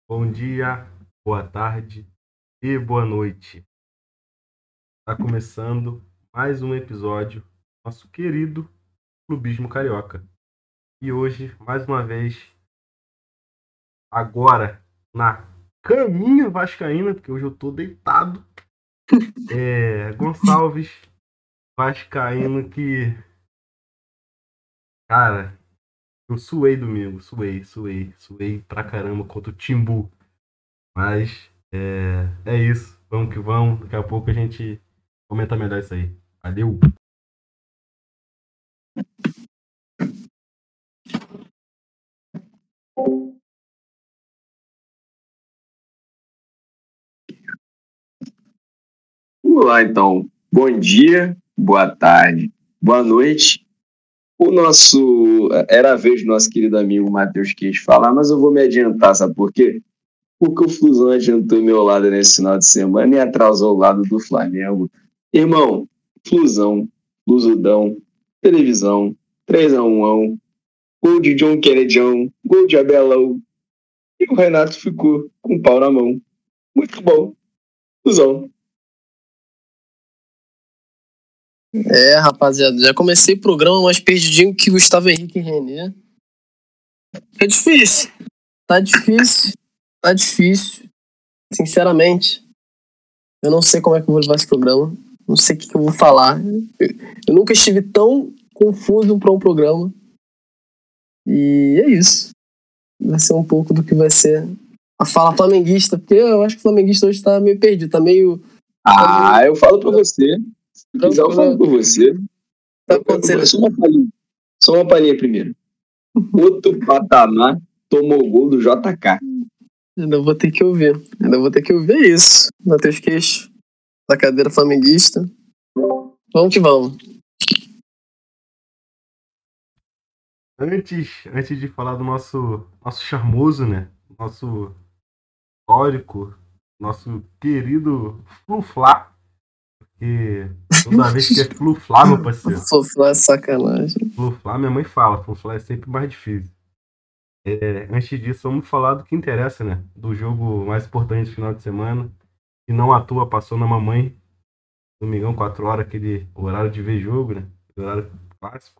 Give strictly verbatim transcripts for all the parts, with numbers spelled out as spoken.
Bom dia, boa tarde e boa noite. Está começando mais um episódio do nosso querido Clubismo Carioca. E hoje, mais uma vez, agora na caminha vascaína, porque hoje eu tô deitado, é Gonçalves, vascaíno que, cara, eu suei domingo, suei, suei, suei pra caramba contra o Timbu. Mas é, é isso, vamos que vamos. Daqui a pouco a gente comenta melhor isso aí. Valeu! Vamos lá, então. Bom dia, boa tarde, boa noite. O nosso... Era a vez do nosso querido amigo Matheus quis falar, mas eu vou me adiantar, sabe por quê? Porque o Flusão adiantou meu lado nesse final de semana e atrasou o lado do Flamengo. Irmão, Flusão, Flusudão, televisão, três a um, gol de John Kennedy, gol de Abelão, e o Renato ficou com o pau na mão. Muito bom. Flusão. É, rapaziada, já comecei o programa mais perdidinho que Gustavo Henrique e René. É difícil. Tá difícil. Tá difícil. Sinceramente, eu não sei como é que eu vou levar esse programa. Não sei o que, que eu vou falar. Eu, eu nunca estive tão confuso para um programa. E é isso. Vai ser um pouco do que vai ser a fala flamenguista, porque eu acho que o flamenguista hoje tá meio perdido, tá meio... Ah, tá meio... eu falo pra você. Se quiser, eu falo por você. Tá acontecendo. Só uma palhinha. Só uma palhinha primeiro. Outro patamar tomou gol do J K. Ainda vou ter que ouvir. Ainda vou ter que ouvir isso. Matheus Queixo, da cadeira flamenguista. Vamos que vamos. Antes, antes de falar do nosso, nosso charmoso, né? Nosso histórico, nosso querido Flu-Flá. Porque toda vez que é Flu-Flá, meu parceiro. Flu-Flá é sacanagem. Flu-Flá, minha mãe fala. Flu-Flá é sempre mais difícil. É, antes disso, vamos falar do que interessa, né? Do jogo mais importante do final de semana. Que não à toa passou na mamãe. Domingão, quatro horas, aquele horário de ver jogo, né? Horário clássico.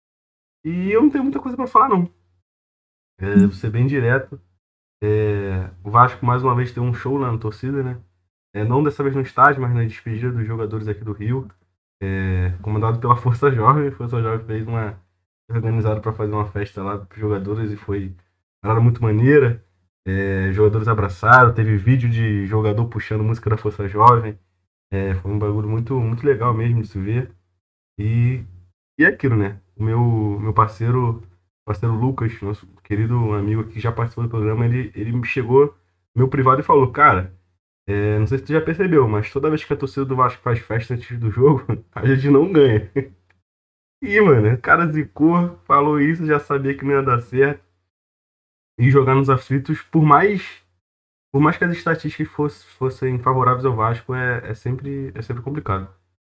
E eu não tenho muita coisa pra falar, não. É, vou ser bem direto. É, o Vasco, mais uma vez, tem um show lá na torcida, né? É, não dessa vez no estádio, mas na despedida dos jogadores aqui do Rio. É, comandado pela Força Jovem. A Força Jovem fez uma... organizada para fazer uma festa lá para os jogadores e foi uma muito maneira. É, jogadores abraçaram, teve vídeo de jogador puxando música da Força Jovem. É, foi um bagulho muito, muito legal mesmo de se ver. E, e é aquilo, né? O meu, meu parceiro, parceiro Lucas, nosso querido amigo que já participou do programa, ele, ele me chegou no meu privado e falou: Cara, é, não sei se tu já percebeu, mas toda vez que a torcida do Vasco faz festa antes do jogo, a gente não ganha. E, mano, o cara zicou, falou isso, já sabia que não ia dar certo. E jogar nos aflitos, por mais por mais que as estatísticas fosse, fossem favoráveis ao Vasco, é, é, sempre, é sempre complicado.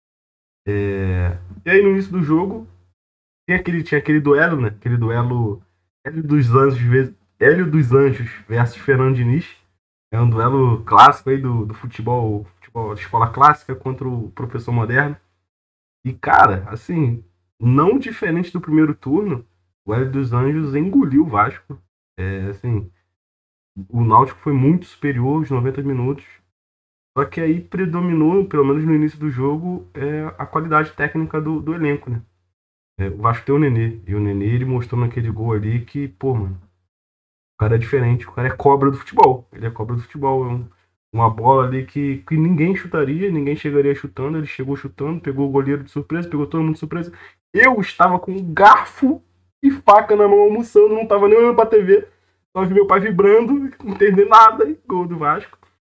É... E aí, no início do jogo, tinha aquele, tinha aquele duelo, né? Aquele duelo Hélio dos Anjos, Hélio dos Anjos versus Fernando Diniz. É um duelo clássico aí do, do futebol, futebol de escola clássica contra o professor moderno. E, cara, assim, não diferente do primeiro turno, o Hélio dos Anjos engoliu o Vasco. É, assim, o Náutico foi muito superior aos noventa minutos. Só que aí predominou, pelo menos no início do jogo, é, a qualidade técnica do, do elenco, né? É, o Vasco tem o Nenê. E o Nenê, ele mostrou naquele gol ali que, pô, mano, o cara é diferente. O cara é cobra do futebol. Ele é cobra do futebol. É um, uma bola ali que, que ninguém chutaria, ninguém chegaria chutando. Ele chegou chutando, pegou o goleiro de surpresa, pegou todo mundo de surpresa. Eu estava com um garfo e faca na mão almoçando, não estava nem olhando pra T V. Só vi meu pai vibrando, não entender nada. Gol do Vasco.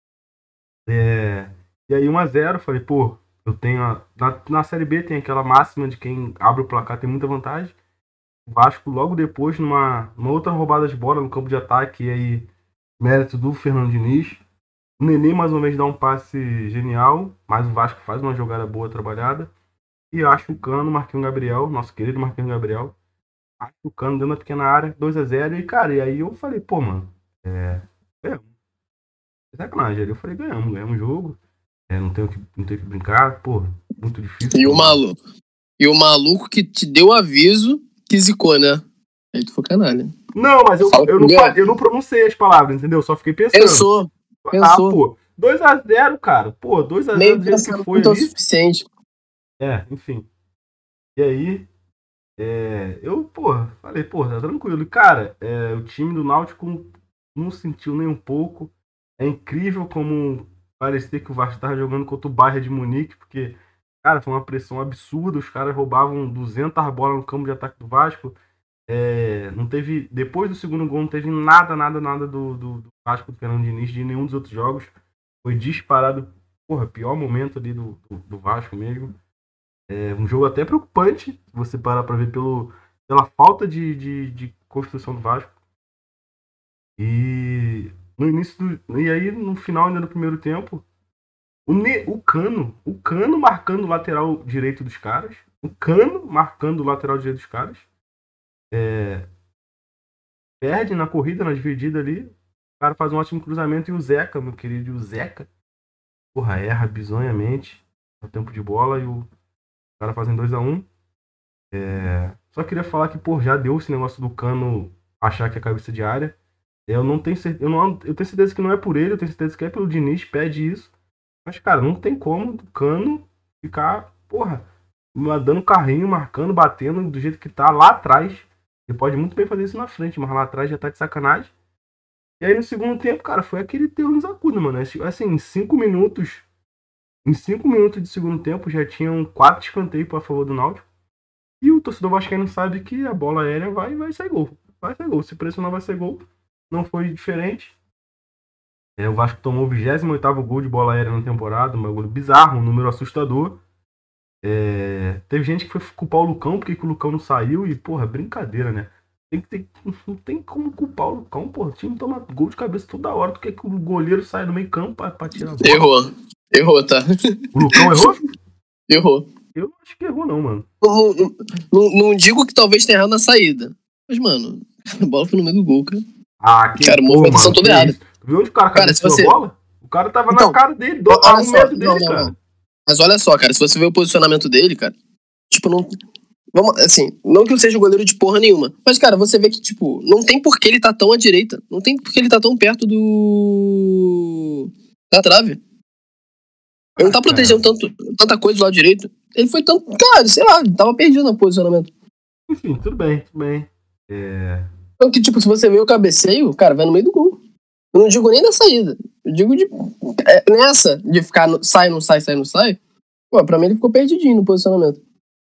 É, e aí um a zero, falei, pô, eu tenho a, na, na Série B tem aquela máxima de quem abre o placar tem muita vantagem. O Vasco logo depois, numa, numa outra roubada de bola no campo de ataque, e aí mérito do Fernando Diniz. O Nenê mais uma vez dá um passe genial, mas o Vasco faz uma jogada boa, trabalhada. E acho o Cano, Marquinhos Gabriel, nosso querido Marquinhos Gabriel, acho o Cano dentro da pequena área, dois a zero. E cara, e aí eu falei, pô, mano, é, ganhamos. Sacanagem. Aí eu falei, ganhamos, ganhamos o jogo. É, não tenho que, não tenho que brincar, pô, muito difícil. E o maluco, e o maluco que te deu aviso que zicou, né? Aí tu foi canalha. Não, mas eu, eu, não, eu não pronunciei as palavras, entendeu? Só fiquei pensando. Pensou, pensou. Ah, pô, dois a zero, cara. Pô, dois a zero do jeito que foi ali. É o suficiente. É, enfim. E aí, é, eu, pô, falei, pô, tá tranquilo. E, cara, é, o time do Náutico não sentiu nem um pouco. É incrível como parecia que o Vasco tava jogando contra o Bayern de Munique, porque, cara, foi uma pressão absurda. Os caras roubavam duzentas bolas no campo de ataque do Vasco. É, não teve, depois do segundo gol, não teve nada, nada, nada do, do, do Vasco do Fernando Diniz, de nenhum dos outros jogos. Foi disparado, porra, pior momento ali do, do, do Vasco mesmo. É um jogo até preocupante, se você parar pra ver pelo, pela falta de, de, de construção do Vasco. E no início do, e aí no final ainda do primeiro tempo, o, ne, o Cano, o Cano marcando o lateral direito dos caras, o Cano marcando o lateral direito dos caras. É, perde na corrida, na dividida ali. O cara faz um ótimo cruzamento e o Zeca, meu querido, o Zeca, porra, erra bizonhamente no tempo de bola e o cara fazem dois a um. É, só queria falar que, pô, já deu esse negócio do Cano achar que é cabeça de área. Eu não tenho certeza, eu, não, eu tenho certeza que não é por ele, eu tenho certeza que é pelo Diniz, pede isso. Mas, cara, não tem como o Cano ficar, porra, dando carrinho, marcando, batendo do jeito que tá lá atrás. Ele pode muito bem fazer isso na frente, mas lá atrás já tá de sacanagem. E aí no segundo tempo, cara, foi aquele terror nos acuda, mano. Assim, em cinco minutos, em cinco minutos de segundo tempo já tinham quatro escanteios pra favor do Náutico. E o torcedor vascaíno sabe que a bola aérea vai, vai sair gol. Vai sair gol. Se pressionar vai ser gol. Não foi diferente. É, o Vasco tomou o vigésimo oitavo gol de bola aérea na temporada. Um bagulho bizarro, um número assustador. É, teve gente que foi culpar o Lucão porque que o Lucão não saiu. E, porra, brincadeira, né? Tem que ter, não tem como culpar o Lucão, porra. O time toma gol de cabeça toda hora. Tu quer que o goleiro saia do meio campo pra, pra tirar a bola? Errou. Errou, tá? O Lucão errou? Errou. Eu não acho que errou, não, mano. Não, não, não, não digo que talvez tenha errado na saída. Mas, mano, a bola foi no meio do gol, cara. Ah, que cara, movimentação toda errada. Tu viu onde o cara cabeceou você... a bola? O cara tava então, na cara dele, do, a um só, metro dele, não, não, cara. Não. Mas olha só, cara, se você vê o posicionamento dele, cara, tipo, não... Vamos, assim, não que eu seja goleiro de porra nenhuma, mas, cara, você vê que, tipo, não tem por que ele tá tão à direita. Não tem por que ele tá tão perto do... da trave. Ele não tá protegendo tanto, tanta coisa do lado direito. Ele foi tanto... Cara, sei lá, tava perdido no posicionamento. Enfim, tudo bem, tudo bem. É... Então, que, tipo, se você vê o cabeceio, cara, vai no meio do gol. Eu não digo nem da saída. Eu digo de... É, nessa, de ficar no, sai, não sai, sai, não sai. Pô, pra mim ele ficou perdidinho no posicionamento.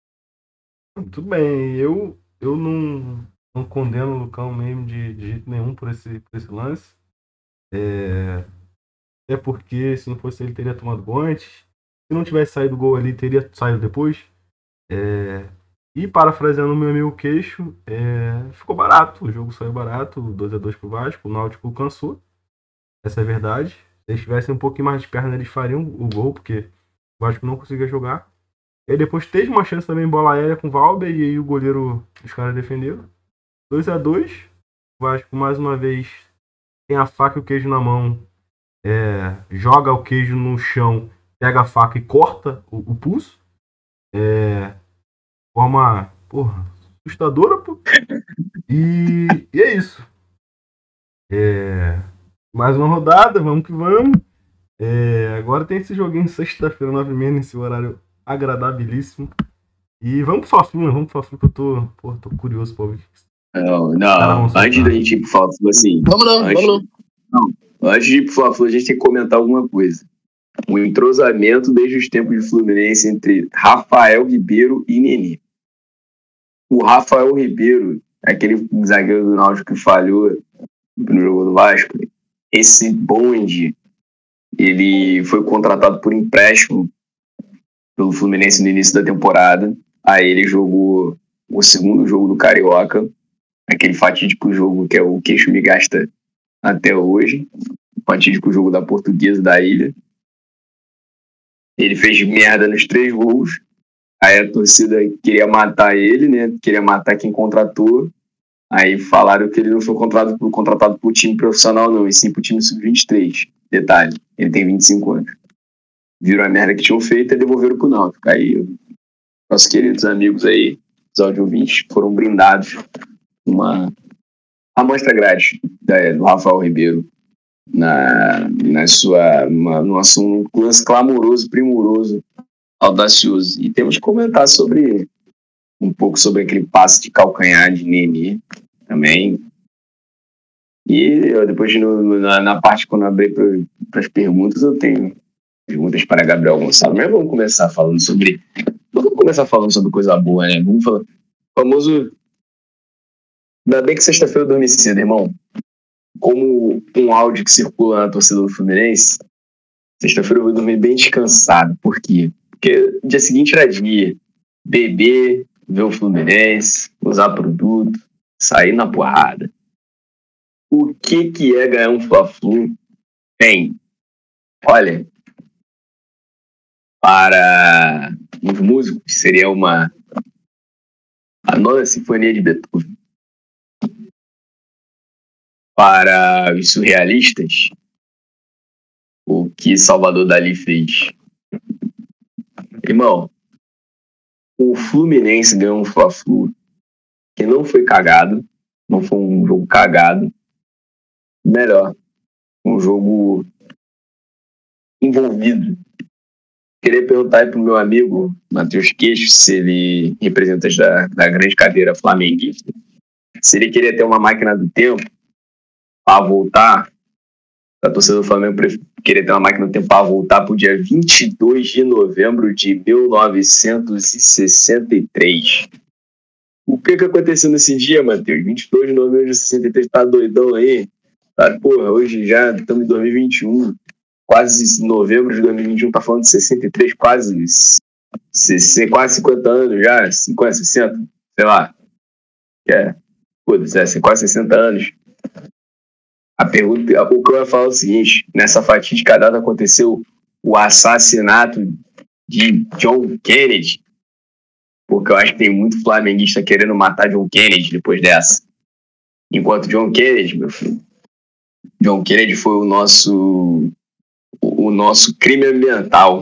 Tudo bem. Eu, eu não, não condeno o Lucão mesmo de, de jeito nenhum por esse, por esse lance. É... Até porque se não fosse ele, teria tomado gol antes. Se não tivesse saído o gol ali, teria saído depois. É... E parafraseando o meu amigo Queixo, é... ficou barato. O jogo saiu barato, dois a dois pro Vasco. O Náutico cansou. Essa é a verdade. Se eles tivessem um pouquinho mais de perna, eles fariam o gol, porque o Vasco não conseguia jogar. E aí depois teve uma chance também em bola aérea com o Valber, e aí o goleiro, os caras defenderam. dois a dois. O Vasco, mais uma vez, tem a faca e o queijo na mão. É, joga o queijo no chão, pega a faca e corta o, o pulso. É, forma, porra, assustadora, pô. E, e é isso. É, mais uma rodada, vamos que vamos. É, agora tem esse joguinho sexta-feira, nove e meia, nesse horário agradabilíssimo. E vamos pro Fla-Flu, né? Vamos pro Fla-Flu, que eu tô, pô, tô curioso pra ouvir. Não, não, antes da gente ir pro Fla-Flu, assim... Vamos não, antes, vamos não. não. Antes de ir pro Fla-Flu, a gente tem que comentar alguma coisa. O entrosamento desde os tempos de Fluminense entre Rafael Ribeiro e Nenê. O Rafael Ribeiro, aquele zagueiro do Náutico que falhou no jogo do Vasco, esse bonde, ele foi contratado por empréstimo pelo Fluminense no início da temporada. Aí ele jogou o segundo jogo do Carioca, aquele fatídico jogo que é o Queixo me gasta até hoje, o fatídico jogo da Portuguesa da Ilha. Ele fez merda nos três gols. Aí a torcida queria matar ele, né? Queria matar quem contratou. Aí falaram que ele não foi contratado, contratado por time profissional, não, e sim pro time sub vinte e três. Detalhe, ele tem vinte e cinco anos. Viram a merda que tinham feito e devolveram pro Náutico. Aí, nossos queridos amigos aí, os audio-ouvintes, foram brindados uma amostra grátis da, do Rafael Ribeiro na, na sua, uma, num assunto, um lance clamoroso, primoroso, audacioso. E temos que comentar sobre um pouco sobre aquele passe de calcanhar de Nenê também. E eu, depois, no, na, na parte, quando eu abri para as perguntas, eu tenho perguntas para Gabriel Gonçalves. Mas vamos começar falando sobre... Vamos começar falando sobre coisa boa, né? Vamos falar... O famoso... Ainda bem que sexta-feira eu dormi cedo, irmão. Como um áudio que circula na torcida do Fluminense, sexta-feira eu vou dormir bem descansado. Por quê? Porque dia seguinte era dia. Beber, ver o Fluminense, usar produto, sair na porrada. O que que é ganhar um Fla-Flu? Bem, olha, para os músicos seria uma a nona sinfonia de Beethoven. Para os surrealistas, o que Salvador Dalí fez. Irmão, o Fluminense ganhou um Fla-Flu que não foi cagado, não foi um jogo cagado. Melhor, um jogo envolvido. Queria perguntar aí pro meu amigo Matheus Queixo se ele, representante da, da grande cadeira flamenguista, se ele queria ter uma máquina do tempo para voltar, a torcida do Flamengo queria ter uma máquina do tempo para voltar para o dia vinte e dois de novembro de mil novecentos e sessenta e três. O que que aconteceu nesse dia, Matheus? vinte e dois de novembro de sessenta e três, tá doidão aí? Tá, porra, hoje já estamos em dois mil e vinte e um, quase novembro de dois mil e vinte e um, tá falando de sessenta e três, quase, quase cinquenta anos já, cinquenta, sessenta, sei lá. É, foda-se, é, quase sessenta anos. A pergunta, o que eu ia falar é o seguinte: nessa fatídica data aconteceu o assassinato de John Kennedy, porque eu acho que tem muito flamenguista querendo matar John Kennedy depois dessa. Enquanto John Kennedy, meu filho, John Kennedy foi o nosso o nosso crime ambiental,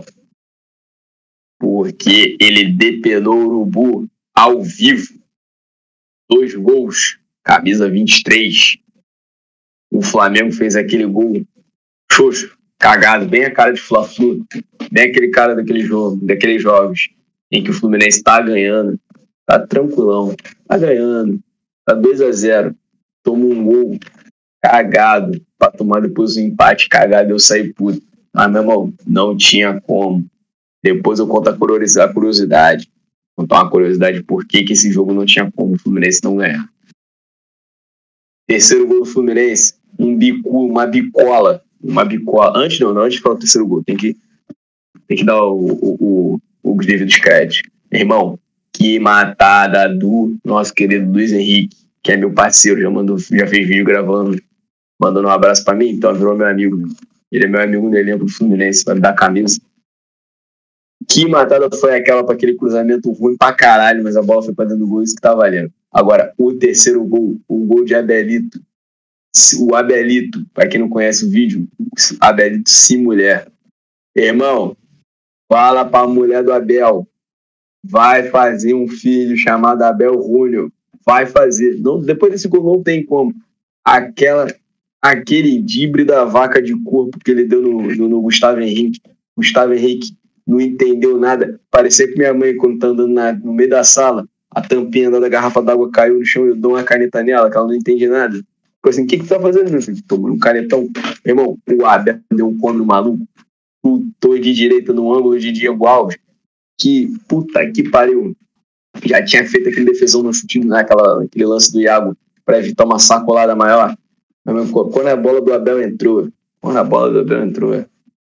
porque ele depenou o urubu ao vivo, dois gols, camisa vinte e três. O Flamengo fez aquele gol xoxo, cagado, bem a cara de Fla-Flu, bem aquele cara daquele jogo, daqueles jogos em que o Fluminense tá ganhando, tá tranquilão, tá ganhando, tá dois a zero, toma um gol cagado pra tomar depois o um empate cagado e eu saí puto. Mas, meu irmão, não tinha como. Depois eu conto a curiosidade. Contar uma curiosidade de por que que esse jogo não tinha como o Fluminense não ganhar. Terceiro gol do Fluminense, um bico, uma bicola. Uma bicola. Antes não, não, antes de falar o terceiro gol. Tem que, tem que dar o, o, o, os devidos créditos. Irmão, que matada do nosso querido Luiz Henrique, que é meu parceiro, já, mandou, já fez vídeo gravando, mandando um abraço pra mim, então virou meu amigo. Ele é meu amigo no elenco do Fluminense, vai me dar camisa. Que matada foi aquela para aquele cruzamento ruim pra caralho, mas a bola foi pra dentro do gol, isso que tá valendo. Agora, o terceiro gol, o gol de Abelito. O Abelito, pra quem não conhece o vídeo, Abelito sim mulher. Irmão, fala pra mulher do Abel, vai fazer um filho chamado Abel Júnior. Vai fazer. Não, depois desse gol não tem como. Aquela... Aquele dibre da vaca de corpo que ele deu no, no, no Gustavo Henrique. Gustavo Henrique não entendeu nada. Parecia que minha mãe, quando tá andando na, no meio da sala, a tampinha da garrafa d'água caiu no chão e eu dou uma caneta nela, que ela não entende nada. Ficou assim, o que que tu tá fazendo, meu filho? Tomando um canetão. Meu irmão, o Abel deu um come no maluco. Tô de direita no ângulo de Diego Alves. Que puta que pariu. Já tinha feito aquele defesão no chute, naquela, naquele lance do Iago, pra evitar uma sacolada maior. Quando a bola do Abel entrou, quando a bola do Abel entrou, não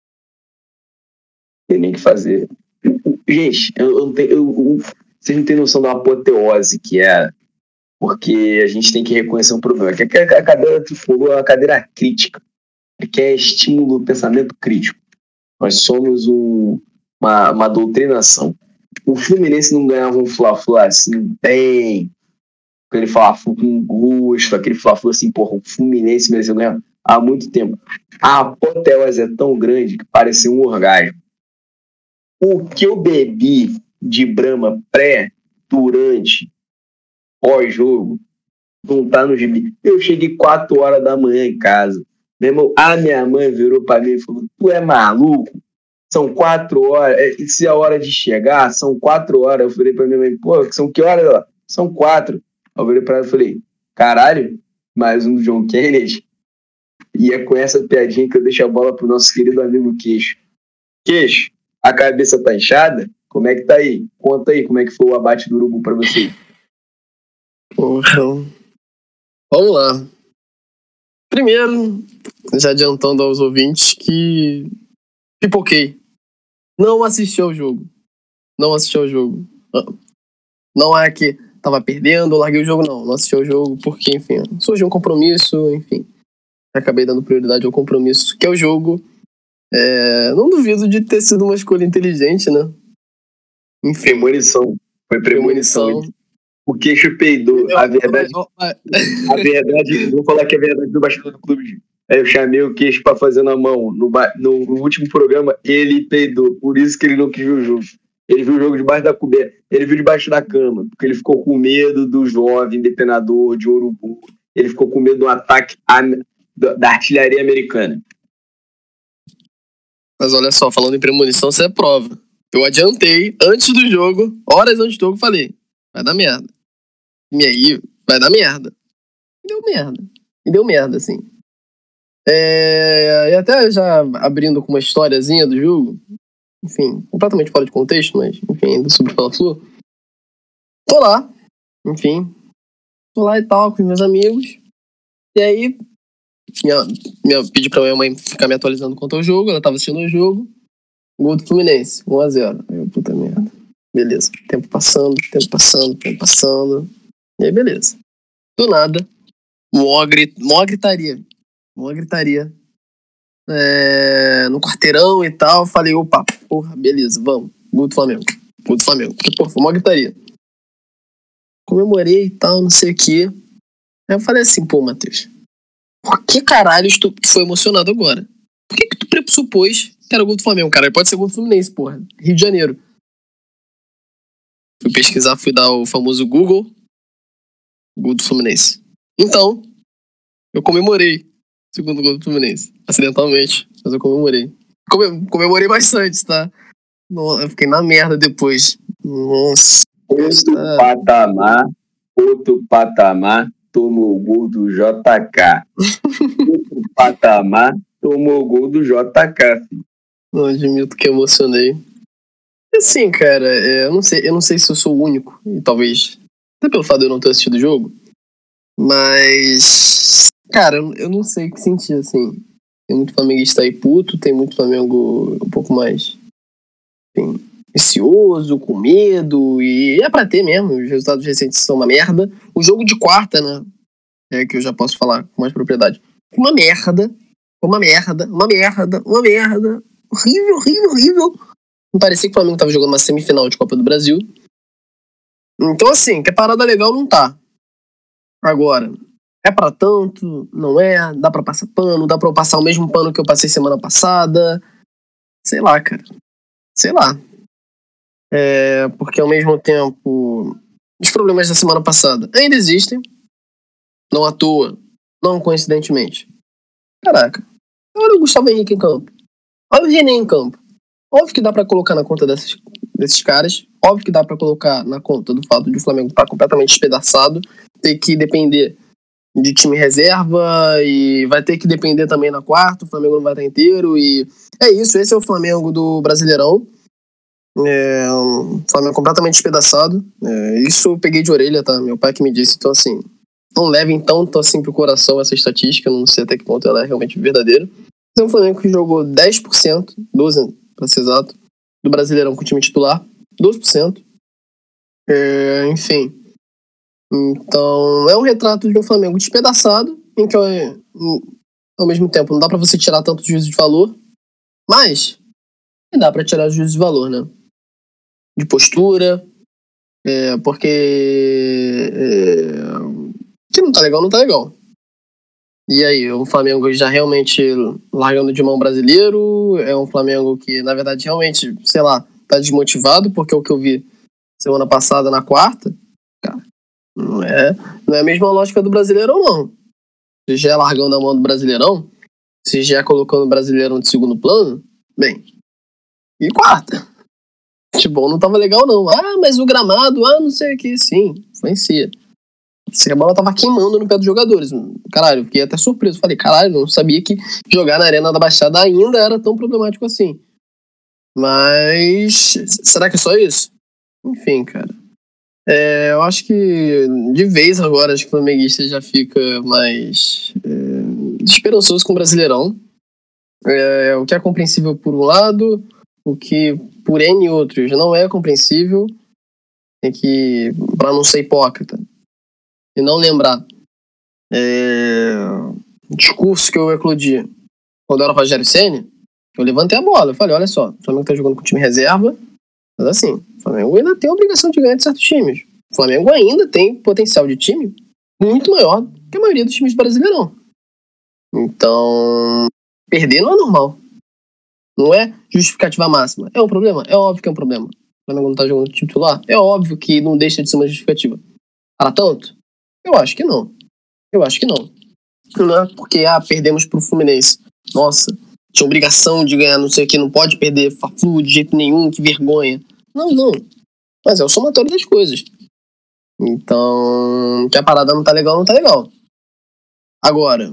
tem nem o que fazer. Gente, eu, eu, eu, eu, vocês não têm noção da apoteose que é, porque a gente tem que reconhecer um problema, que é a cadeira é uma cadeira crítica, que é estímulo do pensamento crítico. Nós somos um, uma, uma doutrinação. O Fluminense não ganhava um Fla-Flu assim, bem, aquele Fla-Flu com gosto, aquele Fla-Flu assim, porra, o Fluminense mereceu ganhar há muito tempo. A apoteose é tão grande que pareceu um orgasmo. O que eu bebi de Brahma pré, durante, pós-jogo, não tá no gibi. Eu cheguei quatro horas da manhã em casa. Meu irmão, a minha mãe virou pra mim e falou: tu é maluco? São quatro horas. Se é a hora de chegar, são quatro horas. Eu falei pra minha mãe: pô, são que horas? Ela? São quatro. Eu virei pra ela e falei: caralho, mais um do John Kennedy. E é com essa piadinha que eu deixo a bola pro nosso querido amigo Queixo. Queixo, a cabeça tá inchada? Como é que tá aí? Conta aí como é que foi o abate do urubu pra você. Porra. Vamos lá. Primeiro, já adiantando aos ouvintes que pipoquei. Não assisti ao jogo. Não assisti ao jogo. Não é que tava perdendo, larguei o jogo, não. Não assisti ao jogo porque, enfim, surgiu um compromisso, enfim. Acabei dando prioridade ao compromisso, que é o jogo. É, não duvido de ter sido uma escolha inteligente, né? Enfim. Premonição. Foi premonição. premonição. O Queixo peidou. Eu, a verdade, eu, eu, eu, a verdade, vou falar que é a verdade do bastidor do clube. Eu chamei o Queixo pra fazer na mão. No, no, no último programa, ele peidou. Por isso que ele não quis ver o jogo. Ele viu o jogo debaixo da coberta. Ele viu debaixo da cama. Porque ele ficou com medo do jovem depenador de urubu. Ele ficou com medo do ataque a, da, da artilharia americana. Mas olha só, falando em premonição, você é prova. Eu adiantei, antes do jogo, horas antes do jogo, falei: vai dar merda. E aí, vai dar merda. E deu merda. E deu merda, assim. É... E até já abrindo com uma historiazinha do jogo, enfim, completamente fora de contexto, mas, enfim, ainda sobre o Fla-Flu. Tô lá, enfim. Tô lá e tal, com os meus amigos. E aí, minha, minha, pedi pra minha mãe ficar me atualizando quanto ao jogo. Ela tava assistindo o jogo. Gol do Fluminense, um a zero. Aí eu, puta merda. Beleza. Tempo passando, tempo passando, tempo passando. E aí, beleza. Do nada, mó, grit, mó gritaria. Mó gritaria. É, no quarteirão e tal. Falei, opa, porra, beleza, vamos. Gol do Flamengo. Gol do Flamengo. Porque, porra, foi mó gritaria. Comemorei e tal, não sei o quê. Aí eu falei assim, pô, Matheus, por que caralho tu foi emocionado agora? Por que que tu pressupôs que era o gol do Flamengo, cara? Pode ser gol do Fluminense, porra. Rio de Janeiro. Fui pesquisar, fui dar o famoso Google. Gol do Fluminense. Então, eu comemorei o segundo gol do Fluminense. Acidentalmente, mas eu comemorei. Come- comemorei bastante, tá? Eu fiquei na merda depois. Nossa. Outro Essa... patamar, outro patamar, tomou o gol do J K. Outro patamar, tomou o gol do J K. Não admito que emocionei. Assim, cara, é, eu, não sei, eu não sei se eu sou o único, e talvez, até pelo fato de eu não ter assistido o jogo, mas, cara, eu, eu não sei o que sentir, assim. Tem muito flamenguista aí puto, tem muito Flamengo um pouco mais, enfim, ansioso, com medo, e é pra ter mesmo, os resultados recentes são uma merda. O jogo de quarta, né, é que eu já posso falar com mais propriedade, uma merda, uma merda, uma merda, uma merda, horrível, horrível, horrível. Me parecia que o Flamengo tava jogando uma semifinal de Copa do Brasil. Então, assim, que a parada legal não tá. Agora, é pra tanto? Não é? Dá pra passar pano? Dá pra eu passar o mesmo pano que eu passei semana passada? Sei lá, cara. Sei lá. É, porque ao mesmo tempo, os problemas da semana passada ainda existem. Não à toa. Não coincidentemente. Caraca. Olha o Gustavo Henrique em campo. Olha o René em campo. Óbvio que dá pra colocar na conta desses, desses caras. Óbvio que dá pra colocar na conta do fato de o Flamengo estar completamente despedaçado. Ter que depender de time reserva. E vai ter que depender também na quarta. O Flamengo não vai estar inteiro. E é isso. Esse é o Flamengo do Brasileirão. É um Flamengo completamente despedaçado. É, isso eu peguei de orelha, tá? Meu pai que me disse. Então, assim, não levem tanto assim pro coração essa estatística. Não sei até que ponto ela é realmente verdadeira. É um Flamengo que jogou dez por cento, doze por cento pra ser exato, do Brasileirão com o time titular, doze por cento. É, enfim. Então, é um retrato de um Flamengo despedaçado, em que, ao mesmo tempo, não dá pra você tirar tanto juízo de valor, mas dá pra tirar juízo de valor, né? De postura, é, porque é, não tá legal, não tá legal. E aí, o Flamengo já realmente largando de mão brasileiro? É um Flamengo que, na verdade, realmente, sei lá, tá desmotivado, porque o que eu vi semana passada, na quarta, cara, não é, não é a mesma lógica do Brasileirão, não. Se já é largando a mão do Brasileirão, se já é colocando o Brasileirão de segundo plano, bem, e quarta? Futebol não tava legal, não. Ah, mas o gramado, ah, não sei o que, sim, influencia. A bola tava queimando no pé dos jogadores. Caralho, eu fiquei até surpreso. Falei, caralho, não sabia que jogar na Arena da Baixada ainda era tão problemático assim. Mas será que é só isso? Enfim, cara. É, eu acho que de vez agora acho que o flamenguista já fica mais é, esperançoso com o Brasileirão. É, o que é compreensível por um lado, o que por N outros não é compreensível. Tem que, pra não ser hipócrita e não lembrar é, o discurso que eu eclodi quando era o Rogério Ceni, eu levantei a bola, eu falei, olha só, o Flamengo tá jogando com time reserva, mas assim, o Flamengo ainda tem a obrigação de ganhar de certos times. O Flamengo ainda tem potencial de time muito maior que a maioria dos times do Brasileirão. Então, perder não é normal. Não é justificativa máxima. É um problema? É óbvio que é um problema. O Flamengo não tá jogando titular? É óbvio que não deixa de ser uma justificativa. Para tanto? Eu acho que não. Eu acho que não. Não é porque, ah, perdemos pro Fluminense. Nossa, tinha obrigação de ganhar, não sei o que, não pode perder Fla-Flu de jeito nenhum, que vergonha. Não, não. Mas é o somatório das coisas. Então, que a parada não tá legal, não tá legal. Agora,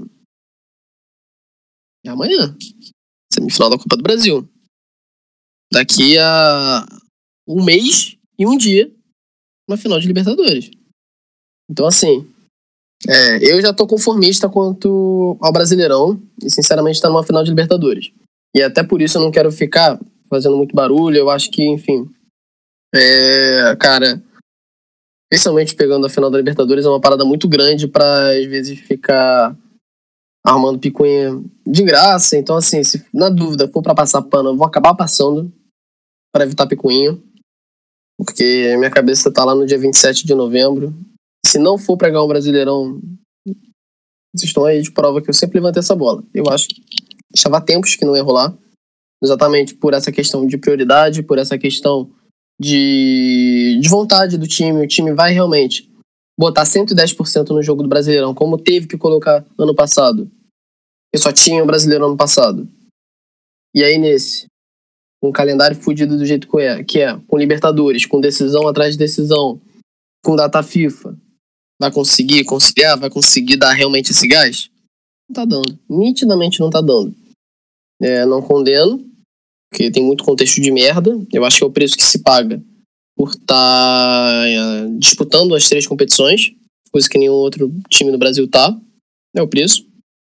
é amanhã. Semifinal da Copa do Brasil. Daqui a um mês e um dia, uma final de Libertadores. Então, assim, é, eu já tô conformista quanto ao Brasileirão e, sinceramente, tá numa final de Libertadores. E até por isso eu não quero ficar fazendo muito barulho. Eu acho que, enfim, é, cara, especialmente pegando a final da Libertadores, é uma parada muito grande pra, às vezes, ficar arrumando picuinha de graça. Então, assim, se na dúvida for pra passar pano, eu vou acabar passando pra evitar picuinha, porque minha cabeça tá lá no dia vinte e sete de novembro. Se não for pra ganhar um Brasileirão, vocês estão aí de prova que eu sempre levantei essa bola. Eu acho que estava há tempos que não ia rolar, exatamente por essa questão de prioridade, por essa questão de, de vontade do time. O time vai realmente botar cento e dez por cento no jogo do Brasileirão, como teve que colocar ano passado. Eu só tinha o Brasileiro ano passado. E aí nesse, com um calendário fudido do jeito que é, que é, com Libertadores, com decisão atrás de decisão, com data FIFA, vai conseguir conciliar? Vai conseguir dar realmente esse gás? Não tá dando. Nitidamente não tá dando. É, não condeno, porque tem muito contexto de merda. Eu acho que é o preço que se paga por estar tá, é, disputando as três competições, coisa que nenhum outro time no Brasil tá. É o preço.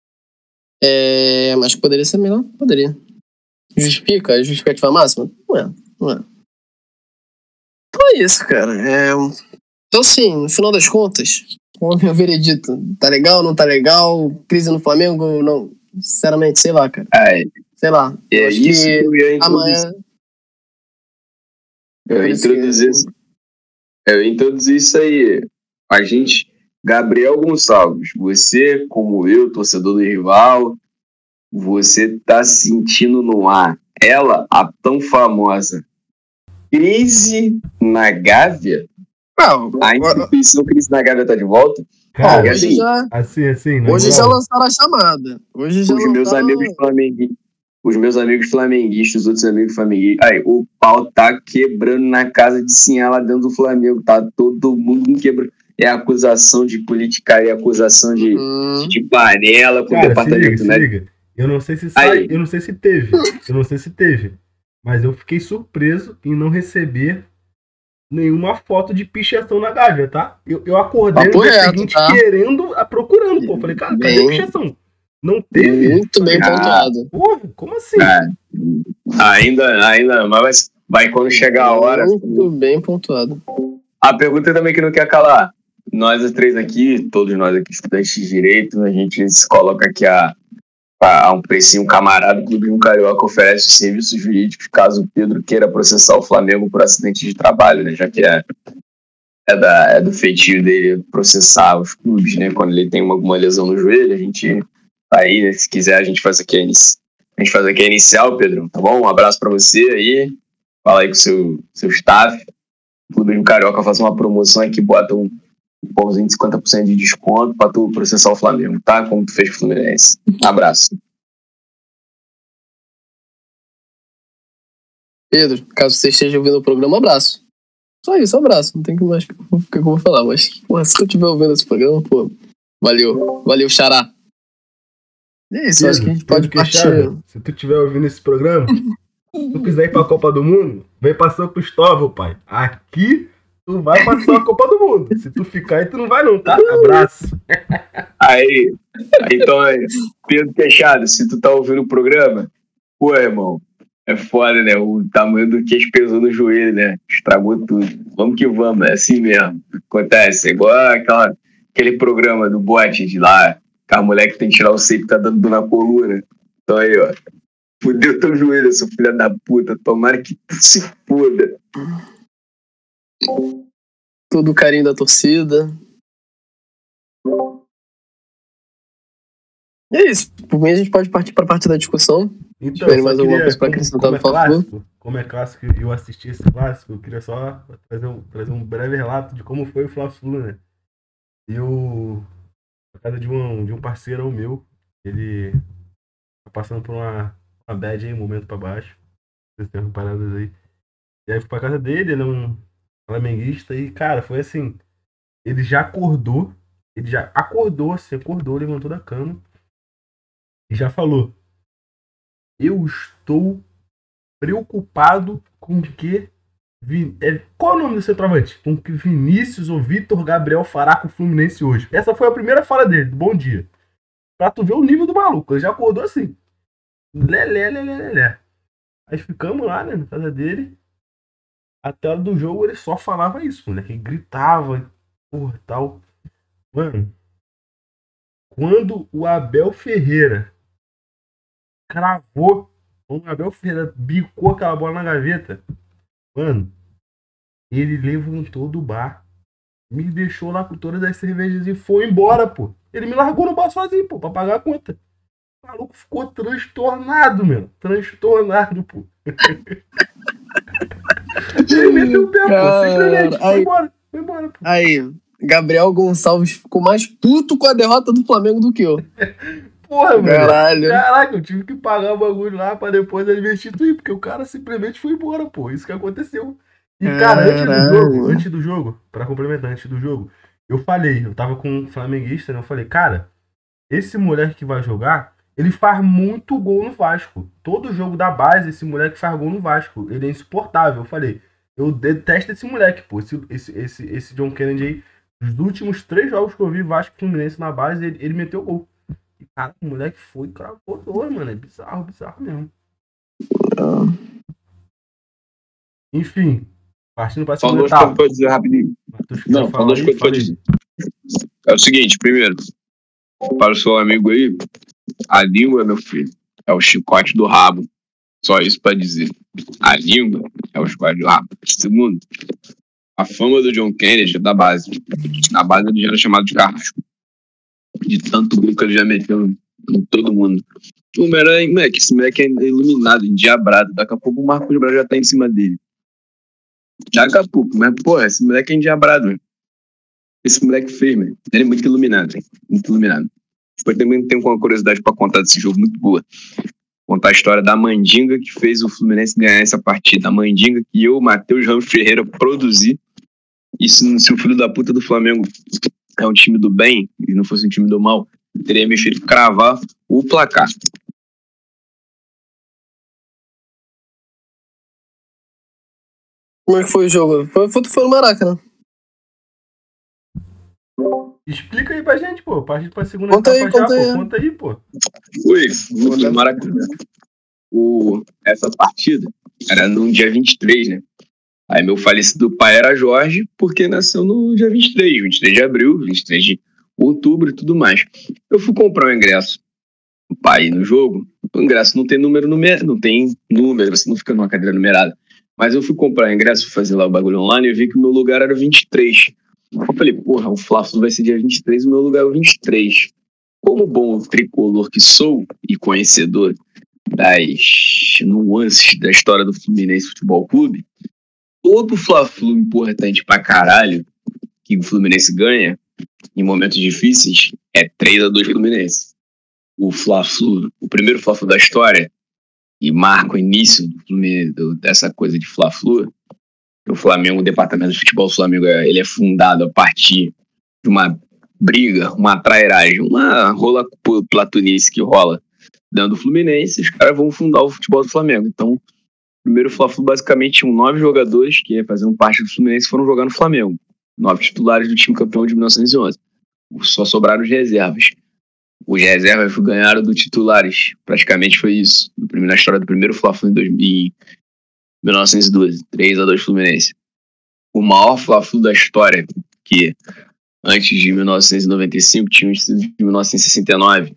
É, mas que poderia ser melhor? Poderia. Justifica? É justificativa máxima? Não é. Não é. Então é isso, cara. É... Então, assim, no final das contas, qual é o meu veredito? Tá legal, não tá legal? Crise no Flamengo? Não. Sinceramente, sei lá, cara. Ai, sei lá. é acho isso que que eu ia introduzir. amanhã. Eu Por isso introduzi, que- isso- eu introduzi isso aí. A gente, Gabriel Gonçalves, você, como eu, torcedor do rival, você tá sentindo no ar ela, a tão famosa crise na Gávea? Ah, A instituição crise na Gávea tá de volta? Cara, Ó, hoje já, assim, assim, na hoje já moral, lançaram a chamada. Hoje já Os meus lançaram... amigos flamenguistas, os meus amigos flamenguistas, os outros amigos flamenguistas, aí, o pau tá quebrando na casa de Sinhá lá dentro do Flamengo, tá todo mundo quebrando. É acusação de politicaria, é acusação de, Hum, de panela com o cara, se liga, departamento se médico. liga. Eu não sei se sai, Aí. eu não sei se teve, eu não sei se teve, mas eu fiquei surpreso em não receber nenhuma foto de pichação na Gávea, tá? Eu, eu acordei Papo no dia reto, seguinte tá? querendo, a- procurando, pô. Falei, cara, cadê a Bem- pichação? Não teve? muito bem Ah. pontuado. Porra, como assim? Ah, ainda, ainda, mas vai quando chegar a hora. Muito bem pontuado. A pergunta também que não quer calar. Nós os três aqui, todos nós aqui, estudantes de direito, a gente se coloca aqui a, a, a um precinho camarada. O Clube de um Carioca oferece serviços jurídicos caso o Pedro queira processar o Flamengo por acidente de trabalho, né? Já que é é, da, é do feitio dele processar os clubes, né? Quando ele tem uma, alguma lesão no joelho, a gente tá aí, né? Se quiser, a gente faz aqui a, inici... a gente faz aqui a inicial, Pedro, tá bom? Um abraço pra você aí. Fala aí com o seu, seu staff. O Clube do Carioca faz uma promoção aqui, bota um pãozinho de cinquenta por cento de desconto pra tu processar o Flamengo, tá? Como tu fez com o Fluminense. Um abraço. Pedro, caso você esteja ouvindo o programa, abraço. Só isso, abraço. Não tem que mais o que eu vou falar. Mas, porra, se tu estiver ouvindo esse programa, pô, valeu. Valeu, xará. É isso, Pedro, acho que a gente Pedro pode partir. Queixada, se tu estiver ouvindo esse programa, se tu quiser ir pra Copa do Mundo, vem pra São Cristóvão, pai. Aqui tu vai passar a Copa do Mundo. Se tu ficar aí, tu não vai não, tá? Abraço. Aí, aí então, aí, Pedro Queixada, se tu tá ouvindo o programa, pô, irmão, é foda, né? O tamanho do queixo pesou no joelho, né? Estragou tudo. Vamos que vamos, é assim mesmo. Acontece, é igual aquela, aquele programa do bote de lá, que a mulher que tem que tirar o seio que tá dando dor na coluna. Então aí, ó. Fudeu teu joelho, seu filho da puta. Tomara que tu se foda. Todo o carinho da torcida. E é isso. Por mim, a gente pode partir pra parte da discussão. Então, Tiver só mais alguma queria, coisa pra como, acrescentar como, no é Fla-Flu? clássico, como é clássico e eu assisti esse clássico, eu queria só trazer um, trazer um breve relato de como foi o Fla-Flu, né? Eu, na casa de um, de um parceiro meu, ele tá passando por uma, uma bad aí, um momento pra baixo, vocês têm paradas aí. E aí eu fui pra casa dele, ele é um flamenguista, e cara, foi assim, ele já acordou, ele já acordou, assim, acordou, levantou da cama e já falou: eu estou preocupado com que. Vi- é, qual é o nome do centroavante? Com que Vinícius ou Vitor Gabriel fará com o Fluminense hoje. Essa foi a primeira fala dele, do bom dia. Pra tu ver o nível do maluco. Ele já acordou assim. Lelé, lelé, lelé. Aí ficamos lá, né, na casa dele. Até a hora do jogo ele só falava isso, moleque. Ele gritava, porra, tal. Mano, quando o Abel Ferreira cravou, quando o Abel Ferreira bicou aquela bola na gaveta, mano, ele levantou do bar, me deixou lá com todas as cervejas e foi embora, pô. Ele me largou no bar sozinho, pô, pra pagar a conta. O maluco ficou transtornado, meu. Transtornado, pô. Ele meteu o pé, pô. Simplesmente. Foi Aí, embora. Foi embora, pô. aí, Gabriel Gonçalves ficou mais puto com a derrota do Flamengo do que eu. Porra, mano. Caralho. Caraca, eu tive que pagar o bagulho lá pra depois ele me restituir, porque o cara simplesmente foi embora, pô. Isso que aconteceu. E, cara, antes do Caralho. jogo, antes do jogo, pra complementar, antes do jogo, eu falei, eu tava com um flamenguista, né? Eu falei, cara, esse moleque que vai jogar, ele faz muito gol no Vasco. Todo jogo da base, esse moleque faz gol no Vasco. Ele é insuportável. Eu falei, eu detesto esse moleque, pô. Esse, esse, esse, esse John Kennedy aí, os últimos três jogos que eu vi Vasco e Fluminense na base, ele, ele meteu gol. E, cara, o moleque foi e cravou dois, mano. É bizarro, bizarro mesmo. Enfim, partindo pra Só segunda duas coisas etapa. pra eu dizer rapidinho. Matheus, Não, quer só falar duas aí? coisas pra eu Fala aí. dizer. É o seguinte, primeiro, para o seu amigo aí, a língua, meu filho, é o chicote do rabo. Só isso pra dizer. A língua é o chicote do rabo. Segundo, a fama do John Kennedy é da base. Na base ele já era chamado de Carrasco. De tanto gol que ele já meteu em todo mundo. O moleque, esse moleque é iluminado, endiabrado. Daqui a pouco o Marcos Braz já tá em cima dele. Daqui a pouco, mas porra, esse moleque é endiabrado, velho. Esse moleque fez, velho. Ele é muito iluminado, velho. Muito iluminado. Depois também tenho uma curiosidade pra contar desse jogo muito boa. Contar a história da mandinga que fez o Fluminense ganhar essa partida. A mandinga que eu, Matheus Ramos Ferreira, produzi. E se, se o filho da puta do Flamengo é um time do bem, e não fosse um time do mal, teria me feito cravar o placar. Como é que foi o jogo? Foi, foi, foi no Maracanã. Explica aí pra gente, pô. Partindo pra segunda Conta etapa aí, já, conta pô. aí. Conta aí, pô. Foi, foi no Maracanã. O, essa partida era no dia vinte e três, né? Aí meu falecido pai era Jorge, porque nasceu no dia vinte e três, vinte e três de abril, vinte e três de outubro e tudo mais. Eu fui comprar um ingresso, o pai ir no jogo, o ingresso não tem número, numer... não tem número, você não fica numa cadeira numerada. Mas eu fui comprar ingresso, fazer lá o bagulho online, e eu vi que o meu lugar era vinte e três. Eu falei, porra, o Fla-Flu vai ser dia vinte e três, o meu lugar é o vinte e três. Como bom tricolor que sou e conhecedor das nuances da história do Fluminense Futebol Clube, todo Fla-Flu importante pra caralho que o Fluminense ganha em momentos difíceis é três a dois Fluminense. O Fla-Flu, o primeiro Fla-Flu da história, e marca o início do Fluminense, dessa coisa de Fla-Flu, o Flamengo, o departamento de futebol do Flamengo, ele é fundado a partir de uma briga, uma trairagem, uma rola platonice que rola dentro do Fluminense, os caras vão fundar o futebol do Flamengo. Então, o primeiro Fla-Flu basicamente tinham nove jogadores que faziam parte do Fluminense e foram jogar no Flamengo. Nove titulares do time campeão de mil novecentos e onze. Só sobraram os reservas. Os reservas ganharam do titulares. Praticamente foi isso. Na história do primeiro Fla-Flu em mil novecentos e doze. três a dois Fluminense. O maior Fla-Flu da história, que antes de mil novecentos e noventa e cinco tinha sido de mil novecentos e sessenta e nove.